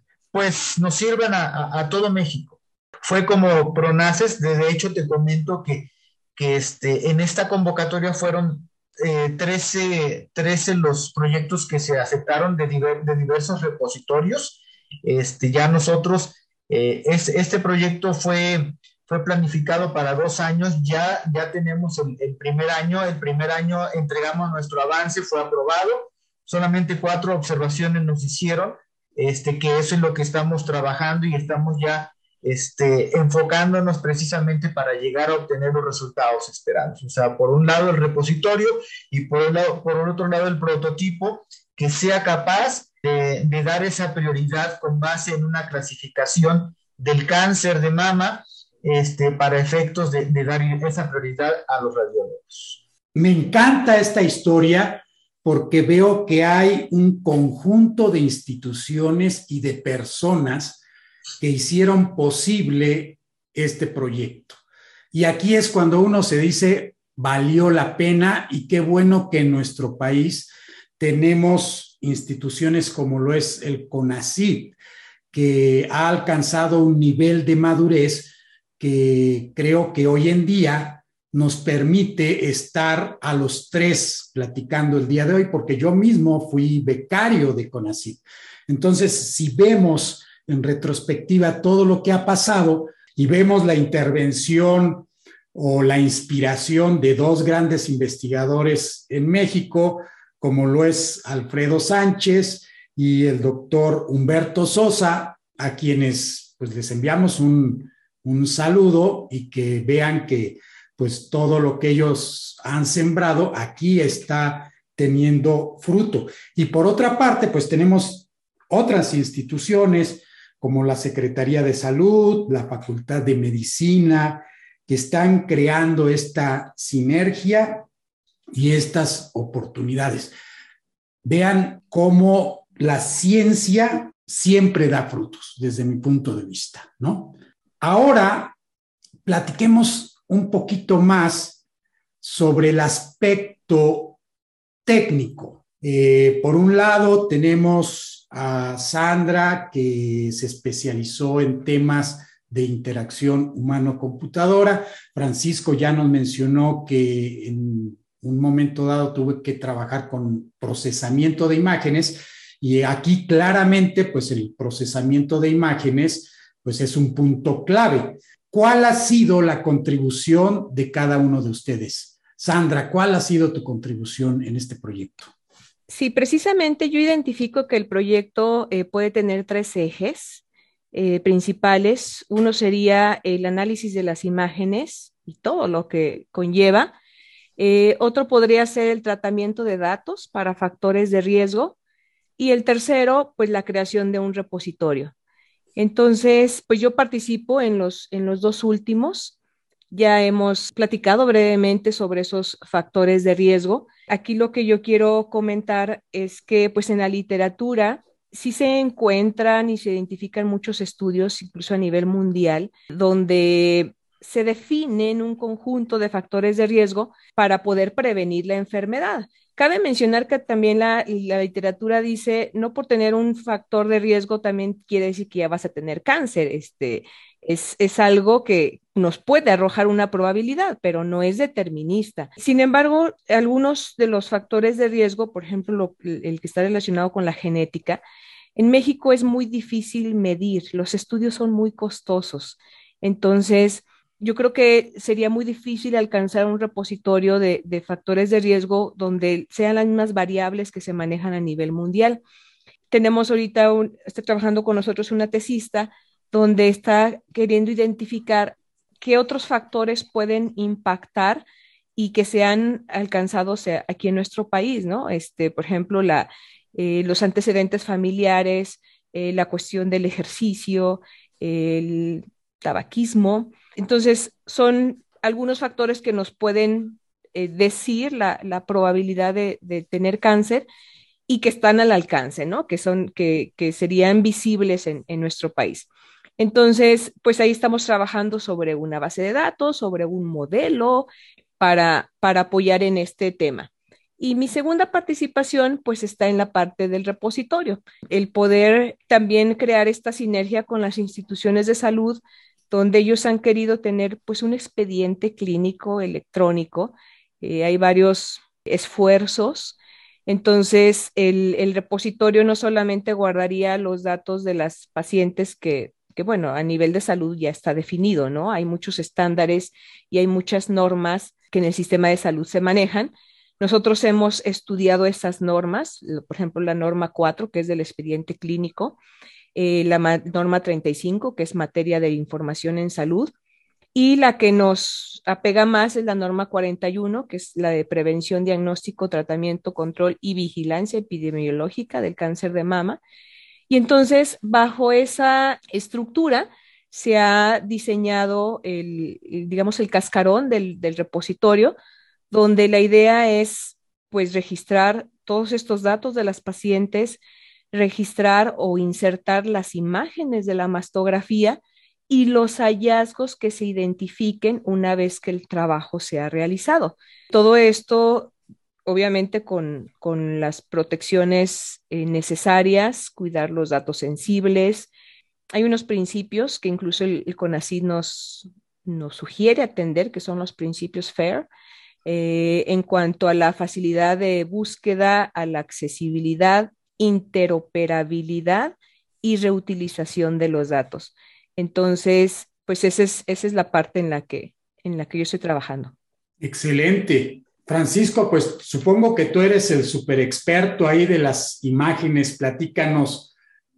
pues nos sirvan a, a, a todo México. Fue como PRONACES. De hecho te comento que, que este, en esta convocatoria fueron eh, trece, trece los proyectos que se aceptaron de, diver, de diversos repositorios. Este, ya nosotros, eh, es, este proyecto fue, fue planificado para dos años, ya, ya tenemos el, el primer año, el primer año entregamos nuestro avance, fue aprobado, solamente cuatro observaciones nos hicieron, este, que eso es lo que estamos trabajando y estamos ya Este, enfocándonos precisamente para llegar a obtener los resultados esperados. O sea, por un lado el repositorio y por, el lado, por el otro lado el prototipo que sea capaz de, de dar esa prioridad con base en una clasificación del cáncer de mama, este, para efectos de, de dar esa prioridad a los radiólogos. Me encanta esta historia porque veo que hay un conjunto de instituciones y de personas que hicieron posible este proyecto. Y aquí es cuando uno se dice, valió la pena, y qué bueno que en nuestro país tenemos instituciones como lo es el CONACYT, que ha alcanzado un nivel de madurez que creo que hoy en día nos permite estar a los tres platicando el día de hoy, porque yo mismo fui becario de CONACYT. Entonces, si vemos en retrospectiva todo lo que ha pasado y vemos la intervención o la inspiración de dos grandes investigadores en México, como lo es Alfredo Sánchez y el doctor Humberto Sosa, a quienes pues les enviamos un, un saludo, y que vean que pues todo lo que ellos han sembrado aquí está teniendo fruto. Y por otra parte, pues tenemos otras instituciones como la Secretaría de Salud, la Facultad de Medicina, que están creando esta sinergia y estas oportunidades. Vean cómo la ciencia siempre da frutos, desde mi punto de vista, ¿no? Ahora, platiquemos un poquito más sobre el aspecto técnico. Eh, por un lado, tenemos a Sandra, que se especializó en temas de interacción humano-computadora. Francisco ya nos mencionó que en un momento dado tuve que trabajar con procesamiento de imágenes, Y aquí claramente, pues el procesamiento de imágenes, pues es un punto clave. ¿Cuál ha sido la contribución de cada uno de ustedes? Sandra, ¿cuál ha sido tu contribución en este proyecto? Sí, precisamente yo identifico que el proyecto eh, puede tener tres ejes eh, principales. Uno sería el análisis de las imágenes y todo lo que conlleva. Eh, otro podría ser el tratamiento de datos para factores de riesgo. Y el tercero, pues la creación de un repositorio. Entonces, pues yo participo en los, en los dos últimos. Ya hemos platicado brevemente sobre esos factores de riesgo. Aquí lo que yo quiero comentar es que pues en la literatura sí se encuentran y se identifican muchos estudios, incluso a nivel mundial, donde se definen un conjunto de factores de riesgo para poder prevenir la enfermedad. Cabe mencionar que también la, la literatura dice, no por tener un factor de riesgo también quiere decir que ya vas a tener cáncer. Este, es, es algo que nos puede arrojar una probabilidad, pero no es determinista. Sin embargo, algunos de los factores de riesgo, por ejemplo, lo, el que está relacionado con la genética, en México es muy difícil medir, los estudios son muy costosos. Entonces, yo creo que sería muy difícil alcanzar un repositorio de, de factores de riesgo donde sean las mismas variables que se manejan a nivel mundial. Tenemos ahorita, un, está trabajando con nosotros una tesista donde está queriendo identificar qué otros factores pueden impactar y que se han alcanzado, o sea, aquí en nuestro país, ¿no? Este, por ejemplo, la, eh, los antecedentes familiares, eh, la cuestión del ejercicio, el tabaquismo. Entonces, son algunos factores que nos pueden eh, decir la, la probabilidad de, de, tener cáncer y que están al alcance, ¿no? Que son, que, que serían visibles en, en nuestro país. Entonces, pues ahí estamos trabajando sobre una base de datos, sobre un modelo para, para apoyar en este tema. Y mi segunda participación, pues está en la parte del repositorio, el poder también crear esta sinergia con las instituciones de salud, donde ellos han querido tener pues un expediente clínico electrónico. Eh, hay varios esfuerzos. Entonces, el, el repositorio no solamente guardaría los datos de las pacientes que que bueno, a nivel de salud ya está definido, ¿no? Hay muchos estándares y hay muchas normas que en el sistema de salud se manejan. Nosotros hemos estudiado esas normas, por ejemplo, la norma cuatro, que es del expediente clínico, eh, la norma treinta y cinco, que es materia de información en salud, y la que nos apega más es la norma cuarenta y uno, que es la de prevención, diagnóstico, tratamiento, control y vigilancia epidemiológica del cáncer de mama. Y entonces, bajo esa estructura, se ha diseñado el, el digamos, el cascarón del, del repositorio, donde la idea es, pues, registrar todos estos datos de las pacientes, registrar o insertar las imágenes de la mastografía y los hallazgos que se identifiquen una vez que el trabajo se ha realizado. Todo esto obviamente con, con las protecciones eh, necesarias, cuidar los datos sensibles. Hay unos principios que incluso el, el CONACYT nos, nos sugiere atender, que son los principios FAIR, eh, en cuanto a la facilidad de búsqueda, a la accesibilidad, interoperabilidad y reutilización de los datos. Entonces, pues esa es, esa es la parte en la que, en la que yo estoy trabajando. Excelente. Francisco, pues supongo que tú eres el súper experto ahí de las imágenes. Platícanos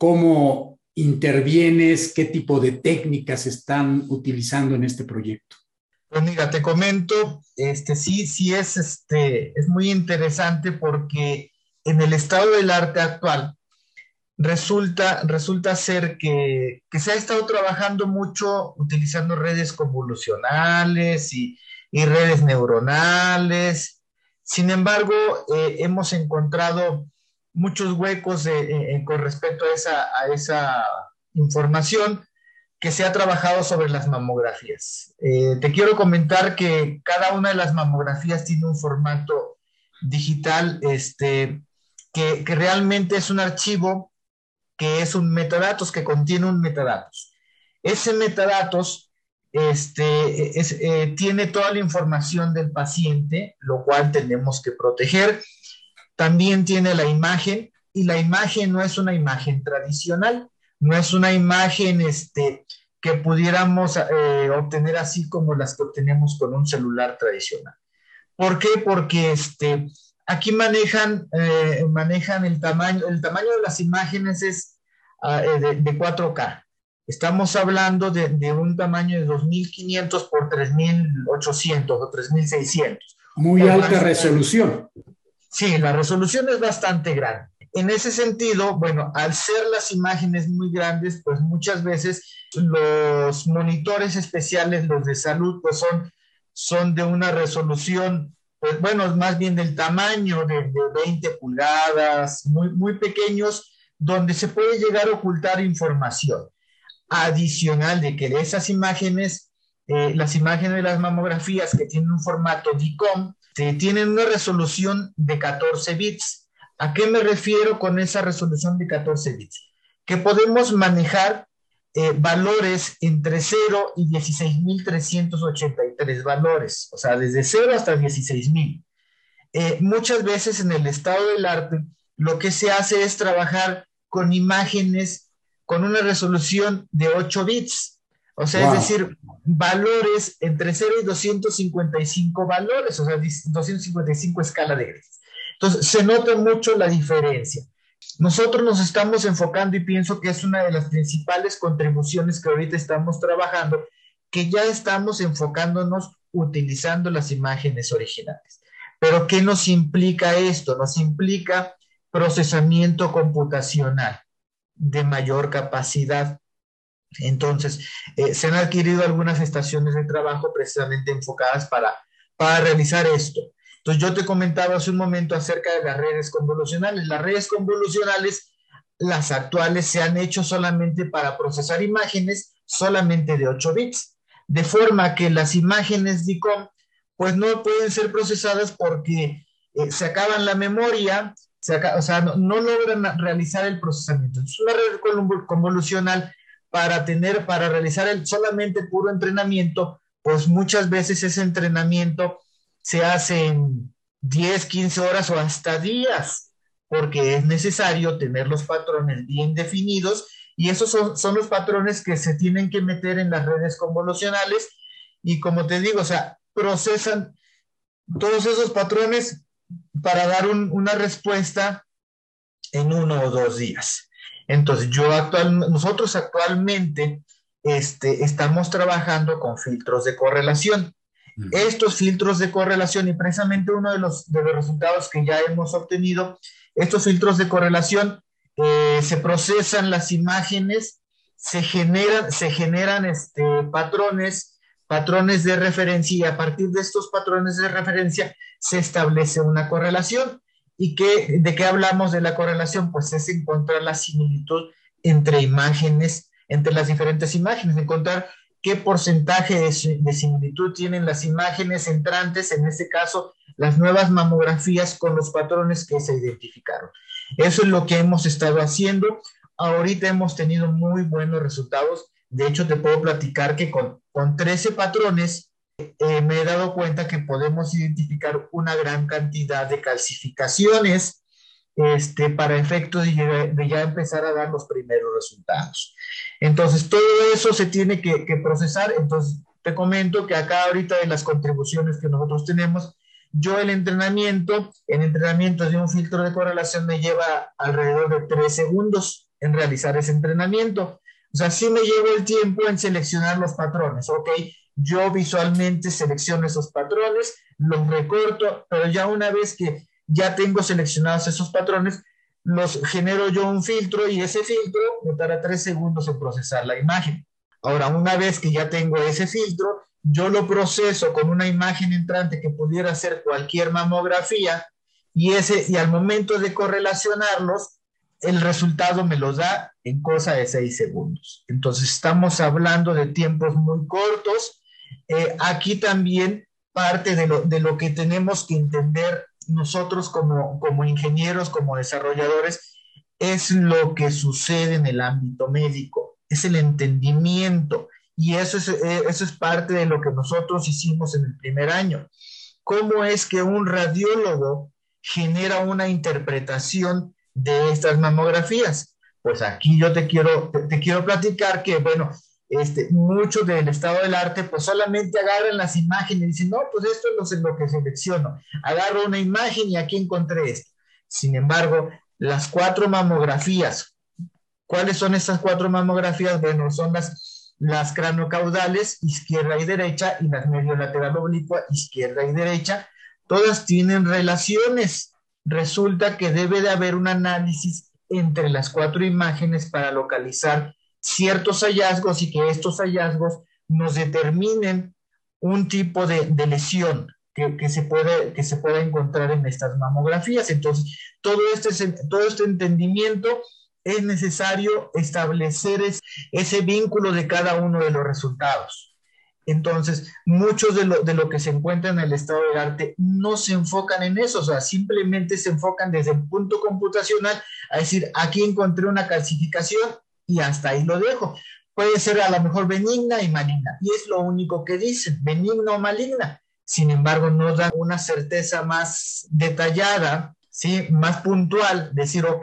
cómo intervienes, qué tipo de técnicas están utilizando en este proyecto. Pues mira, te comento, este, sí, sí es, este, es muy interesante porque en el estado del arte actual resulta, resulta ser que, que se ha estado trabajando mucho utilizando redes convolucionales y y redes neuronales. Sin embargo, eh, hemos encontrado muchos huecos de, eh, con respecto a esa, a esa información que se ha trabajado sobre las mamografías. Eh, te quiero comentar que cada una de las mamografías tiene un formato digital este, que, que realmente es un archivo que es un metadatos, que contiene un metadatos. Ese metadatos Este, es, eh, tiene toda la información del paciente, lo cual tenemos que proteger. También tiene la imagen, y la imagen no es una imagen tradicional, no es una imagen este, que pudiéramos eh, obtener así como las que obtenemos con un celular tradicional. ¿Por qué? Porque este, aquí manejan, eh, manejan el tamaño, el tamaño de las imágenes es uh, de, de cuatro K. Estamos hablando de, de un tamaño de dos mil quinientos por tres mil ochocientos o tres mil seiscientos. Muy alta resolución. Sí, la resolución es bastante grande. En ese sentido, bueno, al ser las imágenes muy grandes, pues muchas veces los monitores especiales, los de salud, pues son, son de una resolución, pues bueno, más bien del tamaño de, de veinte pulgadas, muy, muy pequeños, donde se puede llegar a ocultar información. Adicional de que de esas imágenes, eh, las imágenes de las mamografías que tienen un formato D I C O M, eh, tienen una resolución de catorce bits. ¿A qué me refiero con esa resolución de catorce bits? Que podemos manejar eh, valores entre cero y dieciséis mil trescientos ochenta y tres valores, o sea, desde cero hasta dieciséis mil. Eh, muchas veces en el estado del arte, lo que se hace es trabajar con imágenes con una resolución de ocho bits, o sea, wow. Es decir, valores entre cero y doscientos cincuenta y cinco valores, o sea, doscientos cincuenta y cinco escala de grises. Entonces, se nota mucho la diferencia. Nosotros nos estamos enfocando y pienso que es una de las principales contribuciones que ahorita estamos trabajando, que ya estamos enfocándonos utilizando las imágenes originales. Pero, ¿qué nos implica esto? Nos implica procesamiento computacional de mayor capacidad. Entonces, eh, se han adquirido algunas estaciones de trabajo precisamente enfocadas para, para realizar esto. Entonces, yo te comentaba hace un momento acerca de las redes convolucionales. Las redes convolucionales, las actuales, se han hecho solamente para procesar imágenes solamente de ocho bits, de forma que las imágenes D I C O M pues no pueden ser procesadas porque eh, se acaban la memoria, se acaba, o sea, no, no logran realizar el procesamiento. Entonces, una red convolucional para tener, para realizar el solamente puro entrenamiento, pues muchas veces ese entrenamiento se hace en diez, quince horas o hasta días, porque es necesario tener los patrones bien definidos y esos son, son los patrones que se tienen que meter en las redes convolucionales y como te digo, o sea, procesan todos esos patrones para dar un, una respuesta en uno o dos días. Entonces, yo actual, nosotros actualmente este, estamos trabajando con filtros de correlación. Uh-huh. Estos filtros de correlación, y precisamente uno de los, de los resultados que ya hemos obtenido, estos filtros de correlación, eh, se procesan las imágenes, se generan, se generan este, patrones, patrones de referencia, y a partir de estos patrones de referencia se establece una correlación. ¿Y qué, de qué hablamos de la correlación? Pues es encontrar la similitud entre imágenes, entre las diferentes imágenes, encontrar qué porcentaje de, de similitud tienen las imágenes entrantes, en este caso, las nuevas mamografías con los patrones que se identificaron. Eso es lo que hemos estado haciendo. Ahorita hemos tenido muy buenos resultados. De hecho, te puedo platicar que con, con trece patrones, Eh, me he dado cuenta que podemos identificar una gran cantidad de calcificaciones este, para efectos de, de ya empezar a dar los primeros resultados. Entonces, todo eso se tiene que, que procesar. Entonces, te comento que acá ahorita de las contribuciones que nosotros tenemos, yo el entrenamiento, el entrenamiento de un filtro de correlación me lleva alrededor de tres segundos en realizar ese entrenamiento. O sea, sí me llevo el tiempo en seleccionar los patrones, ¿ok? Yo visualmente selecciono esos patrones, los recorto, pero ya una vez que ya tengo seleccionados esos patrones, los genero yo un filtro y ese filtro me dará tres segundos en procesar la imagen. Ahora, una vez que ya tengo ese filtro, yo lo proceso con una imagen entrante que pudiera ser cualquier mamografía y, ese, y al momento de correlacionarlos, el resultado me los da en cosa de seis segundos. Entonces, estamos hablando de tiempos muy cortos. Eh, aquí también parte de lo, de lo que tenemos que entender nosotros como, como ingenieros, como desarrolladores, es lo que sucede en el ámbito médico, es el entendimiento, y eso es, eh, eso es parte de lo que nosotros hicimos en el primer año. ¿Cómo es que un radiólogo genera una interpretación de estas mamografías. Pues aquí yo te quiero, te, te quiero platicar que, bueno, este, mucho del estado del arte, pues solamente agarran las imágenes y dicen, no, pues esto es lo, lo que selecciono. Agarro una imagen y aquí encontré esto. Sin embargo, las cuatro mamografías, ¿cuáles son estas cuatro mamografías? Bueno, son las, las craniocaudales, izquierda y derecha, y las mediolateral oblicua, izquierda y derecha. Todas tienen relaciones. Resulta que debe de haber un análisis entre las cuatro imágenes para localizar ciertos hallazgos y que estos hallazgos nos determinen un tipo de, de lesión que, que, se puede, que se puede encontrar en estas mamografías. Entonces, todo este, todo este entendimiento es necesario establecer es, ese vínculo de cada uno de los resultados. Entonces, muchos de lo, de lo que se encuentra en el estado del arte no se enfocan en eso, o sea, simplemente se enfocan desde el punto computacional a decir, aquí encontré una calcificación y hasta ahí lo dejo. Puede ser a lo mejor benigna y maligna, y es lo único que dicen, benigna o maligna. Sin embargo, no dan una certeza más detallada, ¿sí? Más puntual, decir, ok,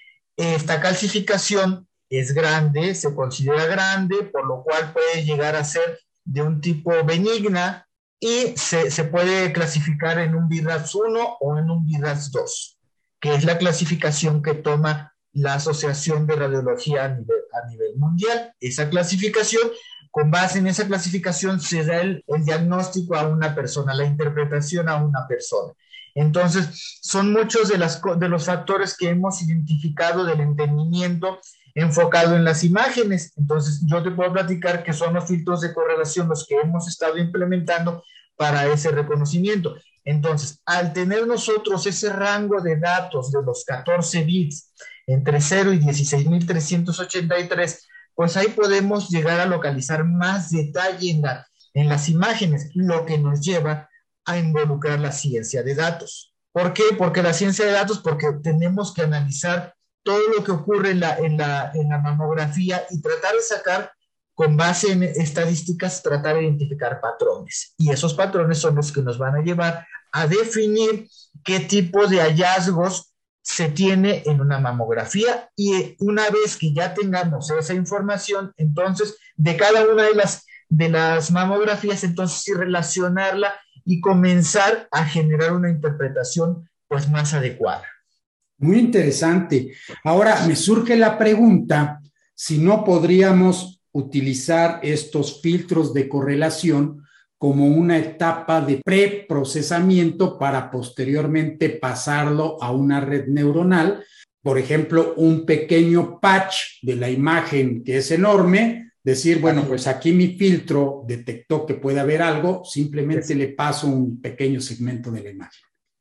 esta calcificación es grande, se considera grande, por lo cual puede llegar a ser de un tipo benigna y se, se puede clasificar en un B I R A S uno o en un B I R A S dos, que es la clasificación que toma la Asociación de Radiología a nivel, a nivel mundial. Esa clasificación, con base en esa clasificación, se da el, el diagnóstico a una persona, la interpretación a una persona. Entonces, son muchos de, las, de los factores que hemos identificado del entendimiento enfocado en las imágenes. Entonces, yo te puedo platicar que son los filtros de correlación los que hemos estado implementando para ese reconocimiento. Entonces, al tener nosotros ese rango de datos de los catorce bits entre cero y dieciséis mil trescientos ochenta y tres, pues ahí podemos llegar a localizar más detalle en, la, en las imágenes, lo que nos lleva a involucrar la ciencia de datos. ¿Por qué? Porque la ciencia de datos, porque tenemos que analizar todo lo que ocurre en la, en, la, en la mamografía y tratar de sacar, con base en estadísticas, tratar de identificar patrones. Y esos patrones son los que nos van a llevar a definir qué tipo de hallazgos se tiene en una mamografía. Y una vez que ya tengamos esa información, entonces, de cada una de las, de las mamografías, entonces sí relacionarla y comenzar a generar una interpretación pues más adecuada. Muy interesante. Ahora me surge la pregunta si no podríamos utilizar estos filtros de correlación como una etapa de preprocesamiento para posteriormente pasarlo a una red neuronal. Por ejemplo, un pequeño patch de la imagen que es enorme, decir, bueno, pues aquí mi filtro detectó que puede haber algo, simplemente le paso un pequeño segmento de la imagen.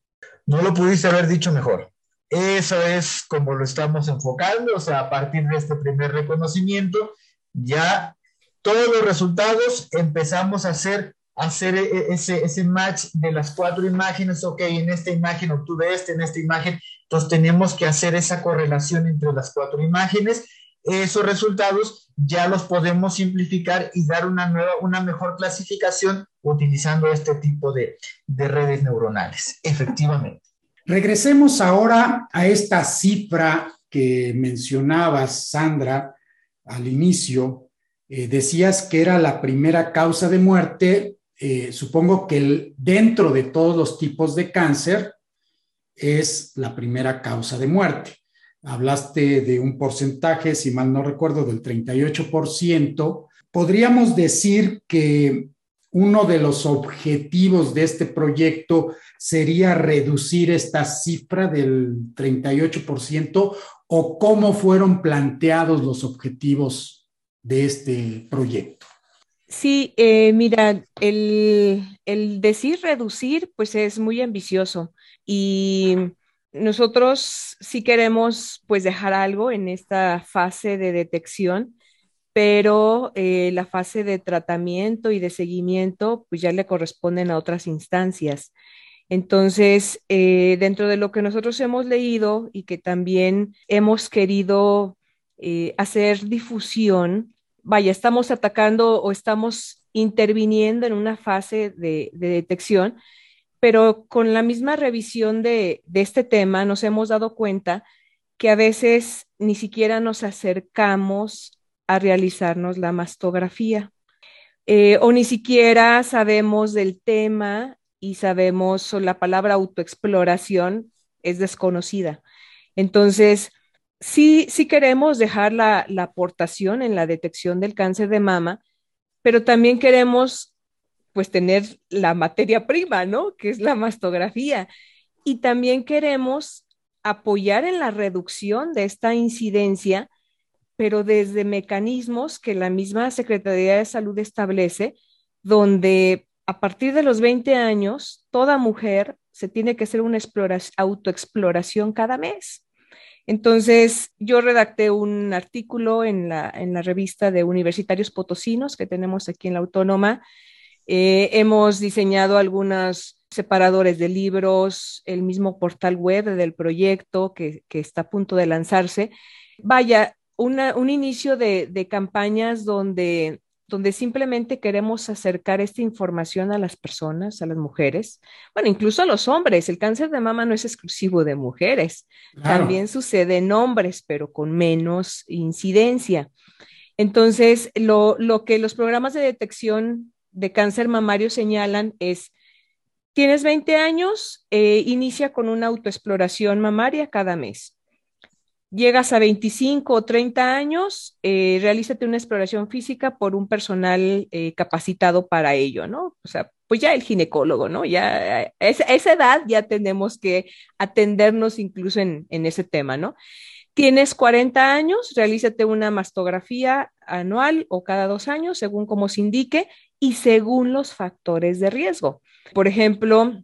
No lo pudiste haber dicho mejor. Eso es como lo estamos enfocando, o sea, a partir de este primer reconocimiento, ya todos los resultados empezamos a hacer, a hacer ese, ese match de las cuatro imágenes. Ok, en esta imagen obtuve este, en esta imagen, entonces tenemos que hacer esa correlación entre las cuatro imágenes. Esos resultados ya los podemos simplificar y dar una nueva, una mejor clasificación utilizando este tipo de, de redes neuronales, efectivamente. Regresemos ahora a esta cifra que mencionabas, Sandra, al inicio. Eh, decías que era la primera causa de muerte. Eh, supongo que el, dentro de todos los tipos de cáncer es la primera causa de muerte. Hablaste de un porcentaje, si mal no recuerdo, del treinta y ocho por ciento. ¿Podríamos decir que uno de los objetivos de este proyecto sería reducir esta cifra del treinta y ocho por ciento, o cómo fueron planteados los objetivos de este proyecto? Sí, eh, mira, el, el decir reducir, pues es muy ambicioso y nosotros sí queremos pues dejar algo en esta fase de detección, pero eh, la fase de tratamiento y de seguimiento pues ya le corresponden a otras instancias. Entonces, eh, dentro de lo que nosotros hemos leído y que también hemos querido eh, hacer difusión, vaya, estamos atacando o estamos interviniendo en una fase de, de detección, pero con la misma revisión de, de este tema nos hemos dado cuenta que a veces ni siquiera nos acercamos a realizarnos la mastografía, eh, o ni siquiera sabemos del tema y sabemos, o la palabra autoexploración es desconocida. Entonces, sí, sí queremos dejar la, la aportación en la detección del cáncer de mama, pero también queremos pues tener la materia prima, ¿no? Que es la mastografía. Y también queremos apoyar en la reducción de esta incidencia, pero desde mecanismos que la misma Secretaría de Salud establece, donde a partir de los veinte años, toda mujer se tiene que hacer una autoexploración cada mes. Entonces, yo redacté un artículo en la, en la revista de Universitarios Potosinos que tenemos aquí en la Autónoma. Eh, hemos diseñado algunos separadores de libros, el mismo portal web del proyecto que, que está a punto de lanzarse. Vaya, una, un inicio de, de campañas donde, donde simplemente queremos acercar esta información a las personas, a las mujeres, bueno, incluso a los hombres. El cáncer de mama no es exclusivo de mujeres, Claro. también sucede en hombres, pero con menos incidencia. Entonces, lo, lo que los programas de detección de cáncer mamario señalan es, tienes veinte años, eh, inicia con una autoexploración mamaria cada mes. Llegas a veinticinco o treinta años, eh, realízate una exploración física por un personal eh, capacitado para ello, ¿no? O sea, pues ya el ginecólogo, ¿no? Ya a esa, a esa edad ya tenemos que atendernos incluso en, en ese tema, ¿no? Tienes cuarenta años, realízate una mastografía anual o cada dos años, según como se indique, y según los factores de riesgo. Por ejemplo,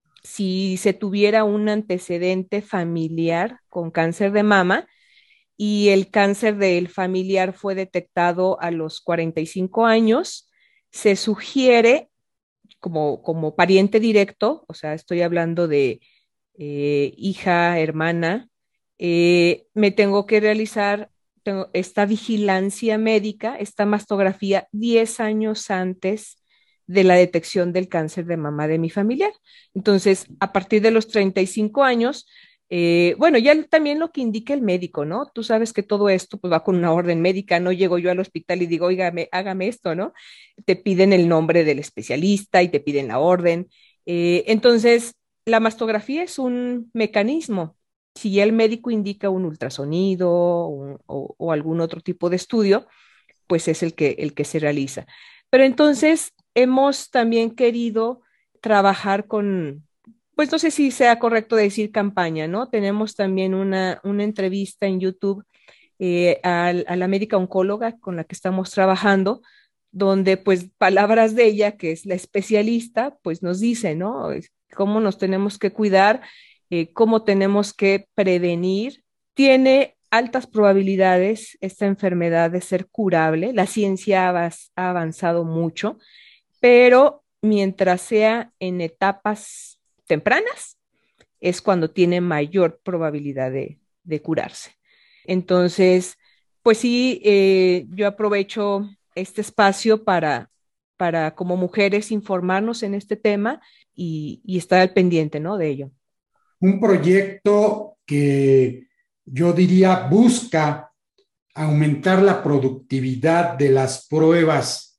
si se tuviera un antecedente familiar con cáncer de mama y el cáncer del familiar fue detectado a los cuarenta y cinco años, se sugiere como, como pariente directo, o sea, estoy hablando de eh, hija, hermana, eh, me tengo que realizar tengo esta vigilancia médica, esta mastografía diez años antes de la detección del cáncer de mama de mi familiar. Entonces, a partir de los treinta y cinco años, eh, bueno, ya también lo que indica el médico, ¿no? Tú sabes que todo esto pues va con una orden médica, no llego yo al hospital y digo, oígame, hágame esto, ¿no? Te piden el nombre del especialista y te piden la orden. Eh, entonces, la mastografía es un mecanismo. Si el médico indica un ultrasonido un, o, o, algún otro tipo de estudio, pues es el que, el que se realiza. Pero entonces hemos también querido trabajar con, pues no sé si sea correcto decir campaña, ¿no? Tenemos también una, una entrevista en YouTube eh, a, a la médica oncóloga con la que estamos trabajando, donde pues palabras de ella, que es la especialista, pues nos dice, ¿no? Cómo nos tenemos que cuidar, eh, cómo tenemos que prevenir. Tiene altas probabilidades esta enfermedad de ser curable. La ciencia ha, ha avanzado mucho, pero mientras sea en etapas tempranas, es cuando tiene mayor probabilidad de, de curarse. Entonces, pues sí, eh, yo aprovecho este espacio para, para como mujeres informarnos en este tema y, y estar al pendiente, ¿no? De ello. Un proyecto que yo diría busca aumentar la productividad de las pruebas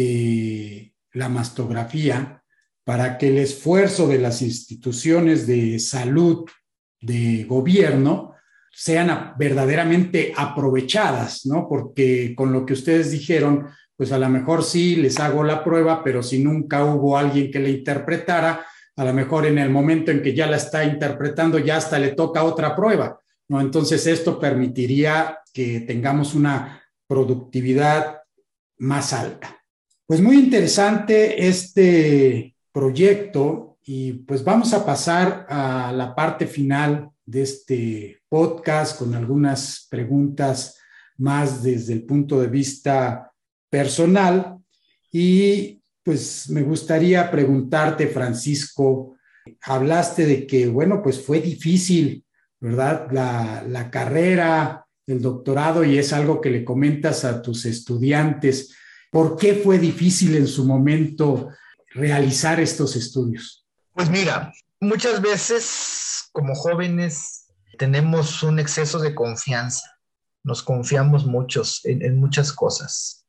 de la mastografía para que el esfuerzo de las instituciones de salud de gobierno sean verdaderamente aprovechadas, ¿no? Porque con lo que ustedes dijeron, pues a lo mejor sí les hago la prueba, pero si nunca hubo alguien que la interpretara, a lo mejor en el momento en que ya la está interpretando, ya hasta le toca otra prueba, ¿no? Entonces esto permitiría que tengamos una productividad más alta. Pues muy interesante este proyecto y pues vamos a pasar a la parte final de este podcast con algunas preguntas más desde el punto de vista personal y pues me gustaría preguntarte, Francisco, hablaste de que, bueno, pues fue difícil, ¿verdad? La, la carrera, el doctorado y es algo que le comentas a tus estudiantes. ¿Por qué fue difícil en su momento realizar estos estudios? Pues mira, muchas veces como jóvenes tenemos un exceso de confianza, nos confiamos muchos en, en muchas cosas.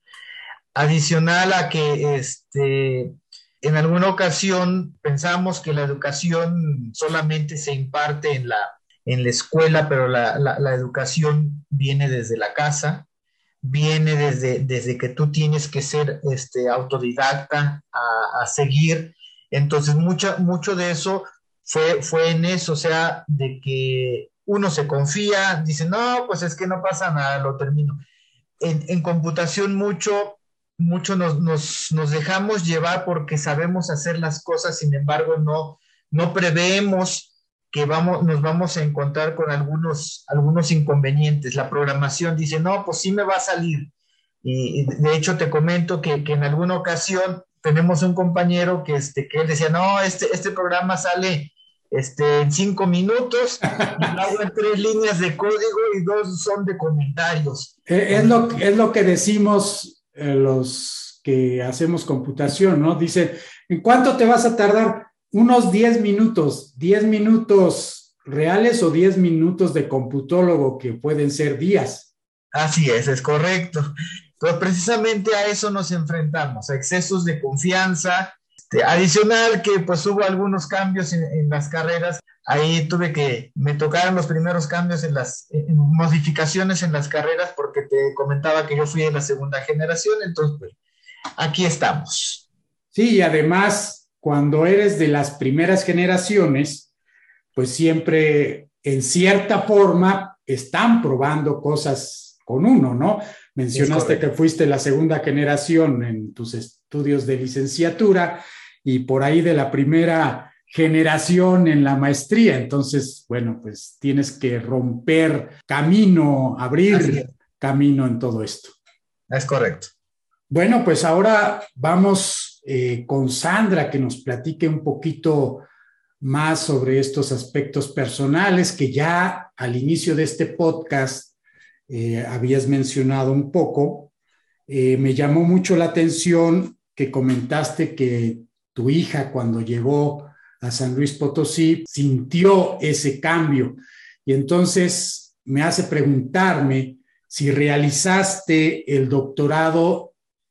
Adicional a que este, en alguna ocasión pensamos que la educación solamente se imparte en la, en la escuela, pero la, la, la educación viene desde la casa, viene desde, desde que tú tienes que ser este, autodidacta a, a seguir. Entonces, mucha, mucho de eso fue, fue en eso, o sea, de que uno se confía, dice, no, pues es que no pasa nada, lo termino. En, en computación mucho, mucho nos, nos, nos dejamos llevar porque sabemos hacer las cosas, sin embargo, no, no preveemos que vamos, nos vamos a encontrar con algunos, algunos inconvenientes. La programación dice, no, pues sí me va a salir. Y, y de hecho te comento que, que en alguna ocasión tenemos un compañero que, este, que él decía, no, este, este programa sale este, en cinco minutos y lo hago en tres líneas de código y dos son de comentarios. Es lo, es lo que decimos eh, los que hacemos computación, ¿no? Dice, ¿en cuánto te vas a tardar? Unos diez minutos, diez minutos reales o diez minutos de computólogo que pueden ser días. Así es, es correcto. Pues precisamente a eso nos enfrentamos, a excesos de confianza. Este, adicional que pues hubo algunos cambios en, en las carreras. Ahí tuve que, me tocaron los primeros cambios en las en modificaciones en las carreras porque te comentaba que yo fui de la segunda generación, entonces pues aquí estamos. Sí, y además cuando eres de las primeras generaciones, pues siempre en cierta forma están probando cosas con uno, ¿no? Mencionaste que fuiste la segunda generación en tus estudios de licenciatura y por ahí de la primera generación en la maestría. Entonces, bueno, pues tienes que romper camino, abrir camino en todo esto. Es correcto. Bueno, pues ahora vamos eh, con Sandra, que nos platique un poquito más sobre estos aspectos personales que ya al inicio de este podcast eh, habías mencionado un poco. Eh, me llamó mucho la atención que comentaste que tu hija cuando llegó a San Luis Potosí sintió ese cambio y entonces me hace preguntarme si realizaste el doctorado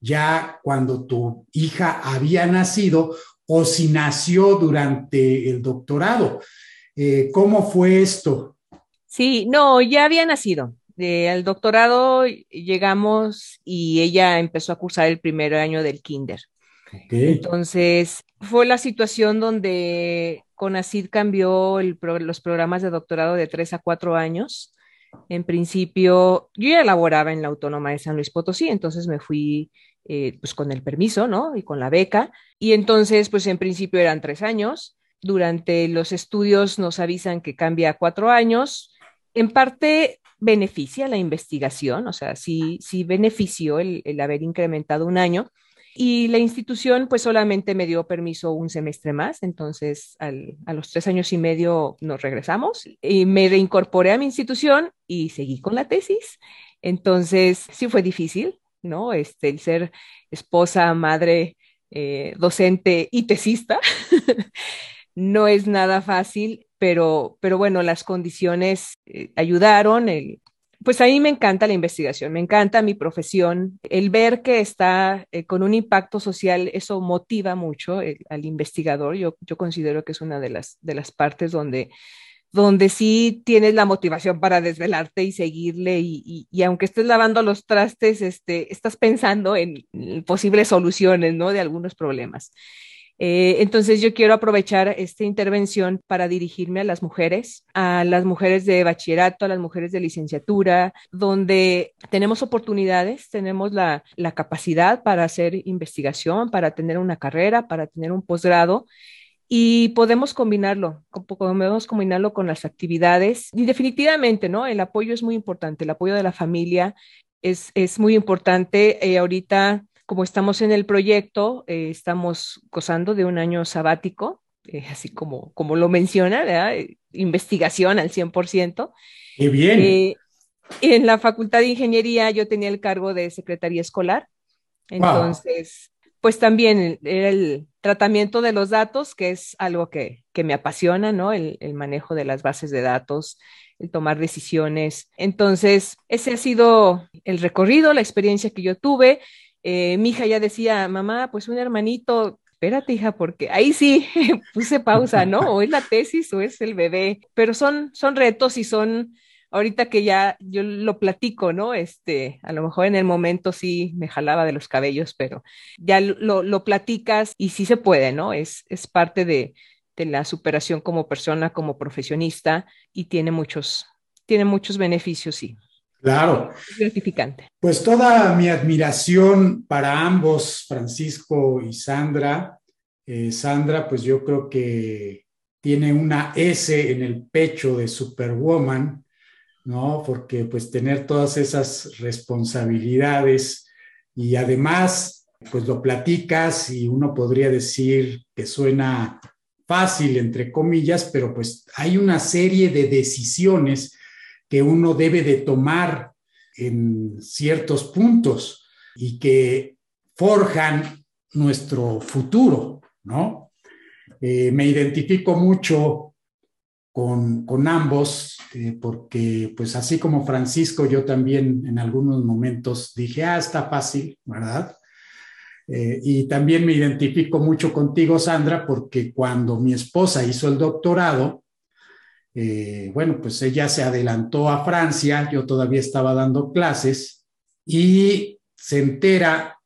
ya cuando tu hija había nacido o si nació durante el doctorado. Eh, ¿Cómo fue esto? Sí, no, ya había nacido. Eh, al doctorado llegamos y ella empezó a cursar el primer año del kinder. Okay. Entonces, fue la situación donde CONACYT cambió el pro- los programas de doctorado de tres a cuatro años. En principio, yo ya laboraba en la Autónoma de San Luis Potosí, entonces me fui eh, pues con el permiso, ¿no? Y con la beca. Y entonces, pues en principio eran tres años. Durante los estudios nos avisan que cambia a cuatro años. En parte beneficia la investigación, o sea, sí, sí benefició el, el haber incrementado un año. Y la institución pues solamente me dio permiso un semestre más, entonces al, a los tres años y medio nos regresamos y me reincorporé a mi institución y seguí con la tesis. Entonces sí fue difícil, ¿no? Este, el ser esposa, madre, eh, docente y tesista no es nada fácil, pero, pero bueno, las condiciones eh, ayudaron, el, pues a mí me encanta la investigación, me encanta mi profesión. El ver que está eh, con un impacto social, eso motiva mucho el, al investigador. Yo, yo considero que es una de las, de las partes donde, donde sí tienes la motivación para desvelarte y seguirle y, y, y aunque estés lavando los trastes, este, estás pensando en posibles soluciones, ¿no? De algunos problemas. Eh, entonces yo quiero aprovechar esta intervención para dirigirme a las mujeres, a las mujeres de bachillerato, a las mujeres de licenciatura, donde tenemos oportunidades, tenemos la, la capacidad para hacer investigación, para tener una carrera, para tener un posgrado. Y podemos combinarlo, podemos combinarlo con las actividades y definitivamente, ¿no? El apoyo es muy importante, el apoyo de la familia es, es muy importante. Eh, ahorita como estamos en el proyecto, eh, estamos gozando de un año sabático, eh, así como, como lo menciona, ¿verdad? Eh, investigación al cien por ciento. ¡Qué bien! Eh, en la Facultad de Ingeniería yo tenía el cargo de secretaría escolar, entonces, wow. Pues también era el, tratamiento de los datos, que es algo que, que me apasiona, ¿no? El, el manejo de las bases de datos, el tomar decisiones. Entonces, ese ha sido el recorrido, la experiencia que yo tuve. Eh, mi hija ya decía, mamá, pues un hermanito. Espérate, hija, porque ahí sí puse pausa, ¿no? O es la tesis o es el bebé, pero son, son retos y son, ahorita que ya yo lo platico, ¿no? Este, a lo mejor en el momento sí me jalaba de los cabellos, pero ya lo, lo platicas y sí se puede, ¿no? Es, es parte de, de la superación como persona, como profesionista y tiene muchos, tiene muchos beneficios, sí. Claro. Es gratificante. Pues toda mi admiración para ambos, Francisco y Sandra. Eh, Sandra, pues yo creo que tiene una S en el pecho de Superwoman, ¿no? Porque pues tener todas esas responsabilidades y además pues lo platicas y uno podría decir que suena fácil, entre comillas, pero pues hay una serie de decisiones que uno debe de tomar en ciertos puntos y que forjan nuestro futuro, ¿no? Eh, me identifico mucho con, con ambos, eh, porque pues así como Francisco, yo también en algunos momentos dije, ah, está fácil, ¿verdad? Eh, y también me identifico mucho contigo, Sandra, porque cuando mi esposa hizo el doctorado, eh, bueno, pues ella se adelantó a Francia, yo todavía estaba dando clases y se entera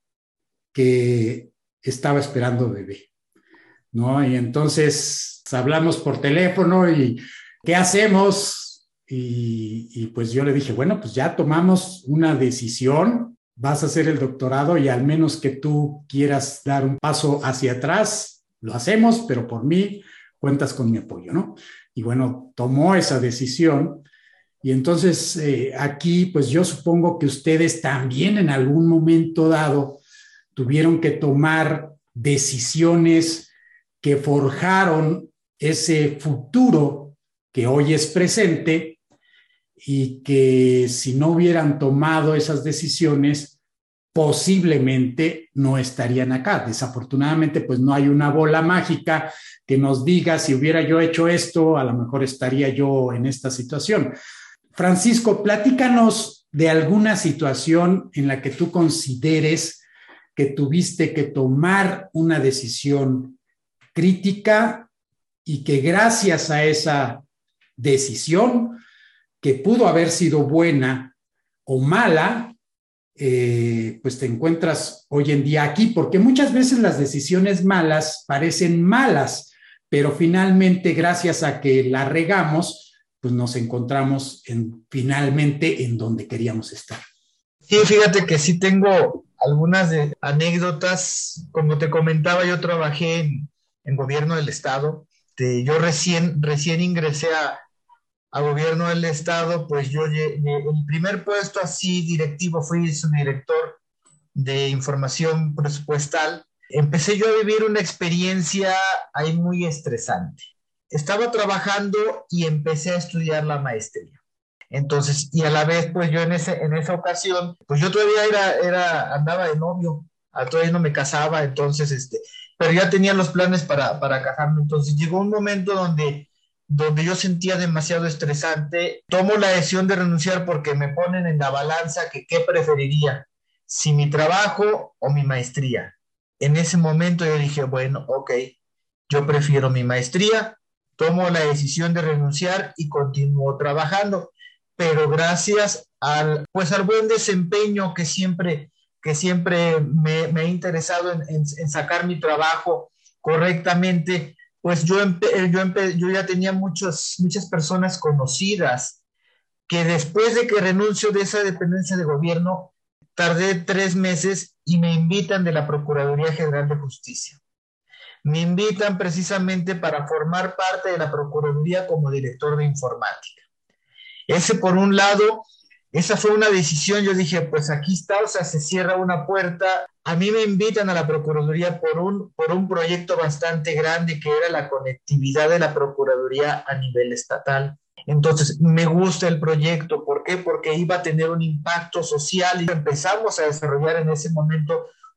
que estaba esperando bebé, ¿no? Y entonces hablamos por teléfono y ¿qué hacemos? Y, y pues yo le dije, bueno, pues ya tomamos una decisión, vas a hacer el doctorado y al menos que tú quieras dar un paso hacia atrás, lo hacemos, pero por mí cuentas con mi apoyo, ¿no? Y bueno, tomó esa decisión. Y entonces eh, aquí, pues yo supongo que ustedes también en algún momento dado tuvieron que tomar decisiones que forjaron ese futuro que hoy es presente y que si no hubieran tomado esas decisiones, posiblemente no estarían acá. Desafortunadamente, pues no hay una bola mágica que nos diga si hubiera yo hecho esto, a lo mejor estaría yo en esta situación. Francisco, platícanos de alguna situación en la que tú consideres que tuviste que tomar una decisión crítica y que gracias a esa decisión, que pudo haber sido buena o mala, eh, pues te encuentras hoy en día aquí, porque muchas veces las decisiones malas parecen malas, pero finalmente gracias a que la regamos, pues nos encontramos en, finalmente en donde queríamos estar. Sí, fíjate que sí tengo algunas de anécdotas. Como te comentaba, yo trabajé en, en gobierno del estado. De, yo recién, recién ingresé a, a gobierno del estado, pues yo el primer puesto así directivo fui subdirector de información presupuestal. Empecé yo a vivir una experiencia ahí muy estresante. Estaba trabajando y empecé a estudiar la maestría. Entonces, y a la vez, pues yo en, ese, en esa ocasión, pues yo todavía era, era, andaba de novio, todavía no me casaba, entonces, este, pero ya tenía los planes para, para casarme. Entonces llegó un momento donde, donde yo sentía demasiado estresante. Tomo la decisión de renunciar porque me ponen en la balanza que qué preferiría, si mi trabajo o mi maestría. En ese momento yo dije, bueno, ok, yo prefiero mi maestría, tomo la decisión de renunciar y continúo trabajando. Pero gracias al, pues al buen desempeño que siempre, que siempre me, me he interesado en, en, en sacar mi trabajo correctamente, pues yo, empe, yo, empe, yo ya tenía muchos, muchas personas conocidas que después de que renuncio de esa dependencia de gobierno, tardé tres meses y me invitan de la Procuraduría General de Justicia. Me invitan precisamente para formar parte de la Procuraduría como director de informática. Ese por un lado, esa fue una decisión, yo dije, pues aquí está, o sea, se cierra una puerta. A mí me invitan a la Procuraduría por un, por un proyecto bastante grande que era la conectividad de la Procuraduría a nivel estatal. Entonces, me gusta el proyecto. ¿Por qué? Porque iba a tener un impacto social y empezamos a desarrollar en ese momento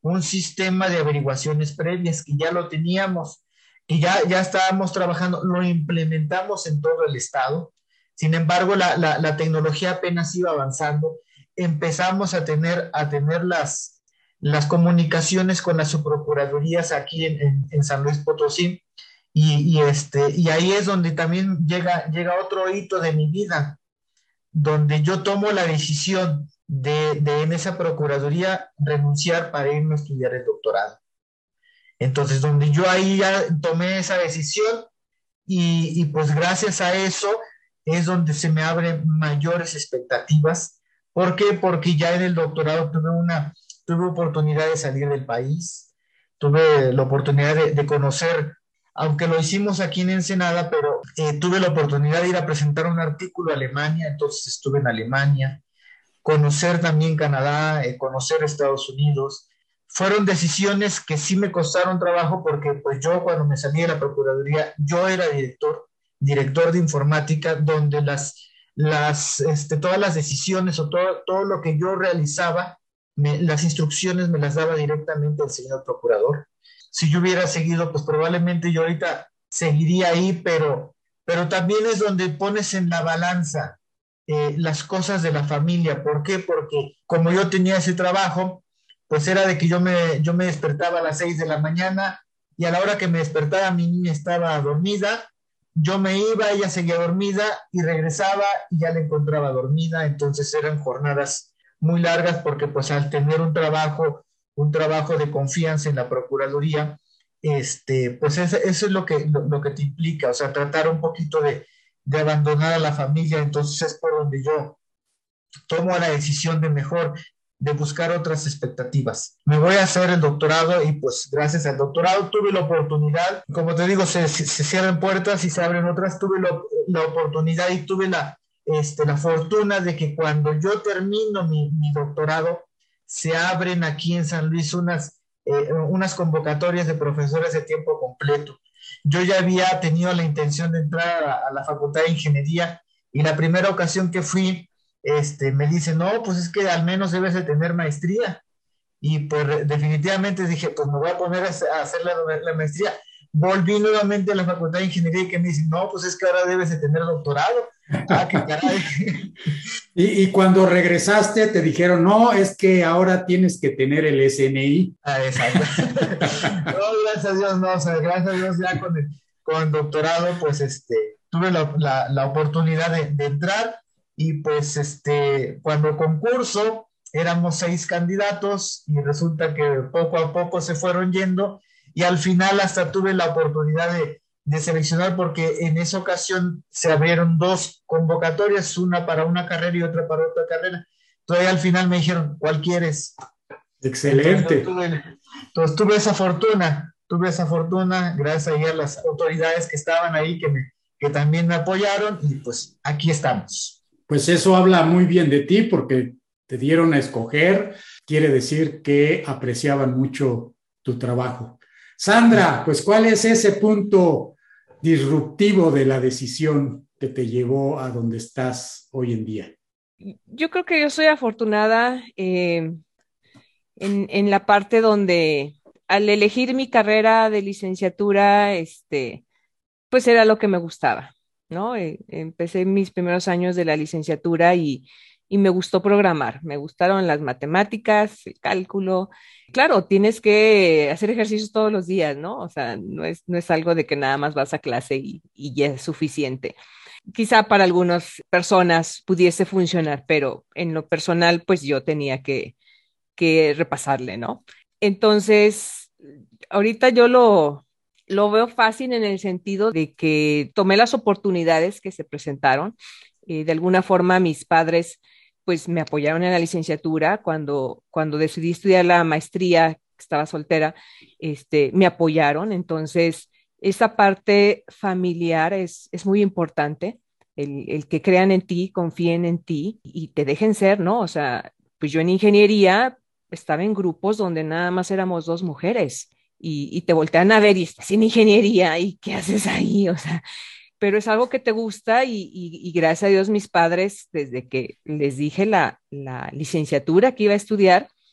un sistema de averiguaciones previas que ya lo teníamos, que ya, ya estábamos trabajando, lo implementamos en todo el estado. Sin embargo, la, la, la tecnología apenas iba avanzando. Empezamos a tener, a tener las, las comunicaciones con las subprocuradurías aquí en, en, en San Luis Potosí, y, y, este, y ahí es donde también llega, llega otro hito de mi vida, donde yo tomo la decisión de, de en esa procuraduría renunciar para irme a estudiar el doctorado. Entonces, donde yo ahí ya tomé esa decisión, y, y pues gracias a eso es donde se me abren mayores expectativas. ¿Por qué? Porque ya en el doctorado tuve una, tuve oportunidad de salir del país, tuve la oportunidad de, de conocer, aunque lo hicimos aquí en Ensenada, pero eh, tuve la oportunidad de ir a presentar un artículo a Alemania, entonces estuve en Alemania, conocer también Canadá, eh, conocer Estados Unidos. Fueron decisiones que sí me costaron trabajo, porque pues yo cuando me salí de la Procuraduría, yo era director, director de informática, donde las, las, este, todas las decisiones o todo, todo lo que yo realizaba, me, las instrucciones me las daba directamente el señor procurador. Si yo hubiera seguido, pues probablemente yo ahorita seguiría ahí, pero, pero también es donde pones en la balanza eh, las cosas de la familia. ¿Por qué? Porque como yo tenía ese trabajo, pues era de que yo me, yo me despertaba a las seis de la mañana, y a la hora que me despertaba mi niña estaba dormida, yo me iba, ella seguía dormida y regresaba y ya la encontraba dormida. Entonces eran jornadas muy largas, porque pues al tener un trabajo, un trabajo de confianza en la Procuraduría, este, pues eso, eso es lo que, lo, lo que te implica, o sea, tratar un poquito de, de abandonar a la familia. Entonces es por donde yo tomo la decisión de mejor, de buscar otras expectativas. Me voy a hacer el doctorado, y pues gracias al doctorado tuve la oportunidad, como te digo, se, se, se cierran puertas y se abren otras. Tuve la, la oportunidad y tuve la, este, la fortuna de que cuando yo termino mi, mi doctorado, se abren aquí en San Luis unas, eh, unas convocatorias de profesores de tiempo completo. Yo ya había tenido la intención de entrar a, a la Facultad de Ingeniería, y la primera ocasión que fui, Este, me dice, no, pues es que al menos debes de tener maestría. Y pues definitivamente dije, pues me voy a poner a hacer la, la maestría. Volví nuevamente a la Facultad de Ingeniería, y que me dicen, no, pues es que ahora debes de tener doctorado. Ah, qué caray. y, y cuando regresaste te dijeron, no, es que ahora tienes que tener el S N I. Ah, exacto. No, gracias a Dios, no, o sea, gracias a Dios ya con el, con el doctorado, pues este, tuve la, la, la oportunidad de, de entrar. Y pues este, cuando concurso éramos seis candidatos, y resulta que poco a poco se fueron yendo, y al final hasta tuve la oportunidad de, de seleccionar, porque en esa ocasión se abrieron dos convocatorias, una para una carrera y otra para otra carrera. Entonces al final me dijeron, ¿cuál quieres? Excelente. Entonces tuve, entonces tuve esa fortuna, tuve esa fortuna, gracias a las autoridades que estaban ahí, que, me, que también me apoyaron, y pues aquí estamos. Pues eso habla muy bien de ti, porque te dieron a escoger, quiere decir que apreciaban mucho tu trabajo. Sandra, pues ¿cuál es ese punto disruptivo de la decisión que te llevó a donde estás hoy en día? Yo creo que yo soy afortunada eh, en, en la parte donde al elegir mi carrera de licenciatura, este, pues era lo que me gustaba, ¿no? Eh, empecé mis primeros años de la licenciatura y, y me gustó programar, me gustaron las matemáticas, el cálculo. Claro, tienes que hacer ejercicios todos los días, ¿no? O sea, no es, no es algo de que nada más vas a clase y, y ya es suficiente. Quizá para algunas personas pudiese funcionar, pero en lo personal, pues yo tenía que, que repasarle, ¿no? Entonces, ahorita yo lo, lo veo fácil en el sentido de que tomé las oportunidades que se presentaron. Eh, de alguna forma, mis padres pues me apoyaron en la licenciatura. Cuando, cuando decidí estudiar la maestría, estaba soltera, este, me apoyaron. Entonces, esa parte familiar es, es muy importante, el, el que crean en ti, confíen en ti y te dejen ser, ¿no? O sea, pues yo en ingeniería estaba en grupos donde nada más éramos dos mujeres y, y te voltean a ver y estás en ingeniería y ¿qué haces ahí? O sea, pero es algo que te gusta y, y, y gracias a Dios mis padres, desde que les dije la, la licenciatura que iba a estudiar,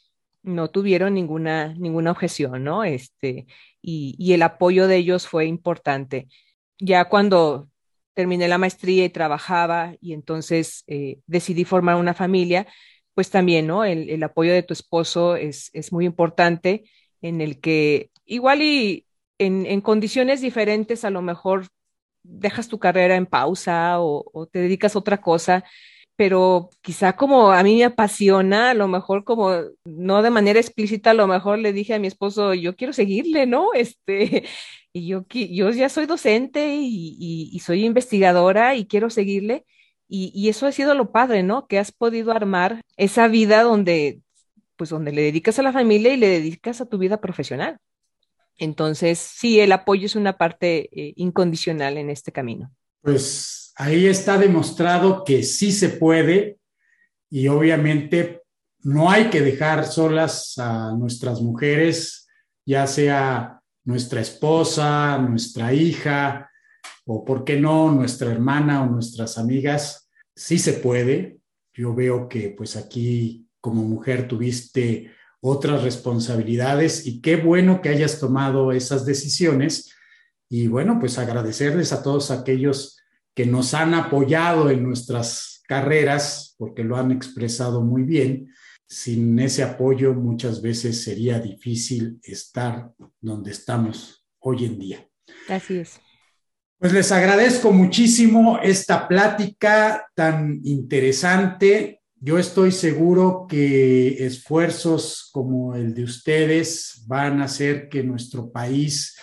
no tuvieron ninguna, ninguna objeción, ¿no? Este, y, y el apoyo de ellos fue importante. Ya cuando terminé la maestría y trabajaba y entonces eh, decidí formar una familia, pues también, ¿no? El, el apoyo de tu esposo es, es muy importante en el que igual y en, en condiciones diferentes a lo mejor dejas tu carrera en pausa o, o te dedicas a otra cosa, pero quizá como a mí me apasiona, a lo mejor como no de manera explícita, a lo mejor le dije a mi esposo, yo quiero seguirle, ¿no? Este, y yo, qui- yo ya soy docente y, y- y soy investigadora y quiero seguirle. Y, y eso ha sido lo padre, ¿no? Que has podido armar esa vida donde, pues donde le dedicas a la familia y le dedicas a tu vida profesional. Entonces, sí, el apoyo es una parte eh, incondicional en este camino. Pues ahí está demostrado que sí se puede y obviamente no hay que dejar solas a nuestras mujeres, ya sea nuestra esposa, nuestra hija o, por qué no, nuestra hermana o nuestras amigas. Sí se puede. Yo veo que pues aquí como mujer tuviste otras responsabilidades y qué bueno que hayas tomado esas decisiones. Y bueno, pues agradecerles a todos aquellos que nos han apoyado en nuestras carreras, porque lo han expresado muy bien. Sin ese apoyo muchas veces sería difícil estar donde estamos hoy en día. Así es. Pues les agradezco muchísimo esta plática tan interesante. Yo estoy seguro que esfuerzos como el de ustedes van a hacer que nuestro país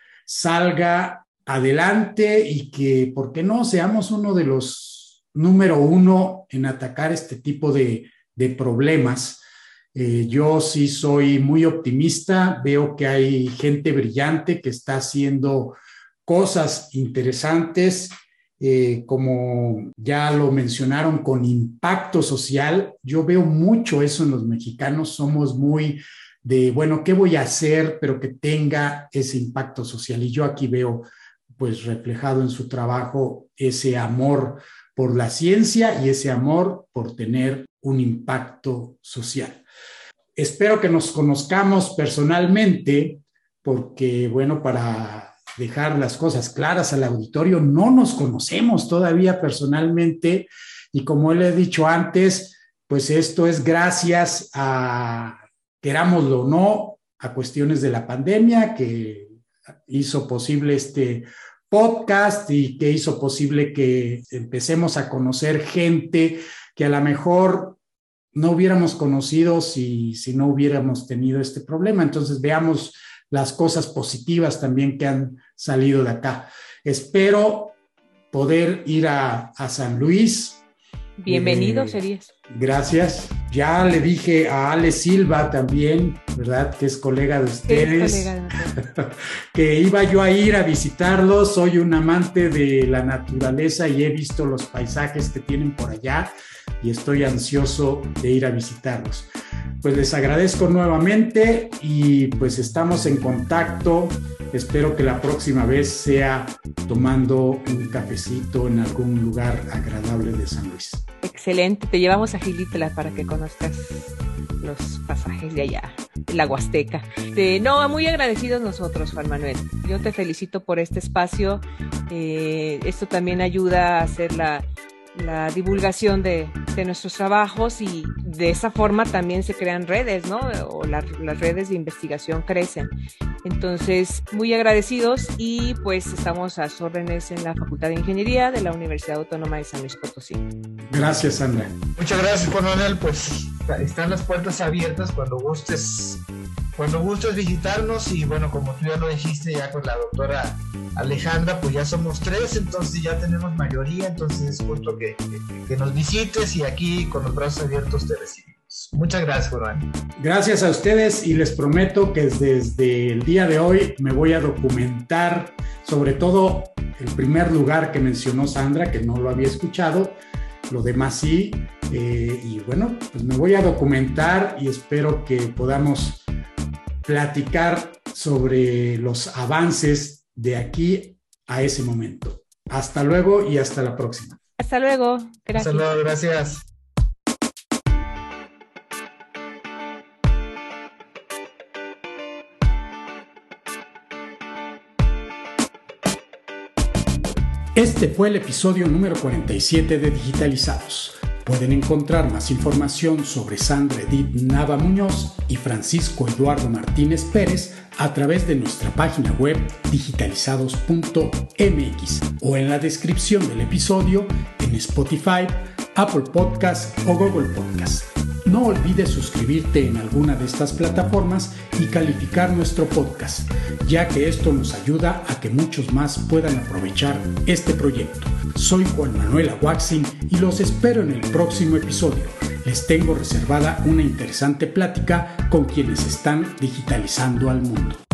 salga adelante y que, ¿por qué no?, seamos uno de los número uno en atacar este tipo de, de problemas. Eh, yo sí soy muy optimista, veo que hay gente brillante que está haciendo cosas interesantes, eh, como ya lo mencionaron, con impacto social. Yo veo mucho eso en los mexicanos, somos muy de, bueno, ¿qué voy a hacer? Pero que tenga ese impacto social. Y yo aquí veo, pues, reflejado en su trabajo ese amor por la ciencia y ese amor por tener un impacto social. Espero que nos conozcamos personalmente, porque, bueno, para dejar las cosas claras al auditorio, no nos conocemos todavía personalmente y como le he dicho antes, pues esto es gracias a, querámoslo o no, a cuestiones de la pandemia que hizo posible este podcast y que hizo posible que empecemos a conocer gente que a lo mejor no hubiéramos conocido si, si no hubiéramos tenido este problema. Entonces veamos las cosas positivas también que han salido de acá. Espero poder ir a, a San Luis. Bienvenido eh, serías. Gracias. Ya le dije a Ale Silva también, ¿verdad? Que es colega de ustedes. Sí, colega de que iba yo a ir a visitarlos. Soy un amante de la naturaleza y he visto los paisajes que tienen por allá y estoy ansioso de ir a visitarlos. Pues les agradezco nuevamente y pues estamos en contacto. Espero que la próxima vez sea tomando un cafecito en algún lugar agradable de San Luis. Excelente, te llevamos a Gilitla para que conozcas los pasajes de allá, de la Huasteca. De, no, muy agradecidos nosotros, Juan Manuel. Yo te felicito por este espacio. Eh, esto también ayuda a hacer la, la divulgación de, de nuestros trabajos y de esa forma también se crean redes, ¿no? O la, las redes de investigación crecen. Entonces, muy agradecidos y pues estamos a sus órdenes en la Facultad de Ingeniería de la Universidad Autónoma de San Luis Potosí. Gracias, Sandra. Muchas gracias, Juan Manuel. Pues están las puertas abiertas cuando gustes, cuando gustes visitarnos y bueno, como tú ya lo dijiste ya con la doctora Alejandra, pues ya somos tres, entonces ya tenemos mayoría, entonces es justo que, que, que nos visites y aquí con los brazos abiertos te recibimos. Muchas gracias, Juan Manuel. Gracias a ustedes y les prometo que desde el día de hoy me voy a documentar, sobre todo el primer lugar que mencionó Sandra, que no lo había escuchado, lo demás sí, eh, y bueno, pues me voy a documentar y espero que podamos platicar sobre los avances de aquí a ese momento. Hasta luego y hasta la próxima. Hasta luego. Gracias. Hasta luego, gracias. Este fue el episodio número cuarenta y siete de Digitalizados. Pueden encontrar más información sobre Sandra Edith Nava Muñoz y Francisco Eduardo Martínez Pérez a través de nuestra página web digitalizados punto m x o en la descripción del episodio en Spotify, Apple Podcast o Google Podcast. No olvides suscribirte en alguna de estas plataformas y calificar nuestro podcast, ya que esto nos ayuda a que muchos más puedan aprovechar este proyecto. Soy Juan Manuel Aguaxin y los espero en el próximo episodio. Les tengo reservada una interesante plática con quienes están digitalizando al mundo.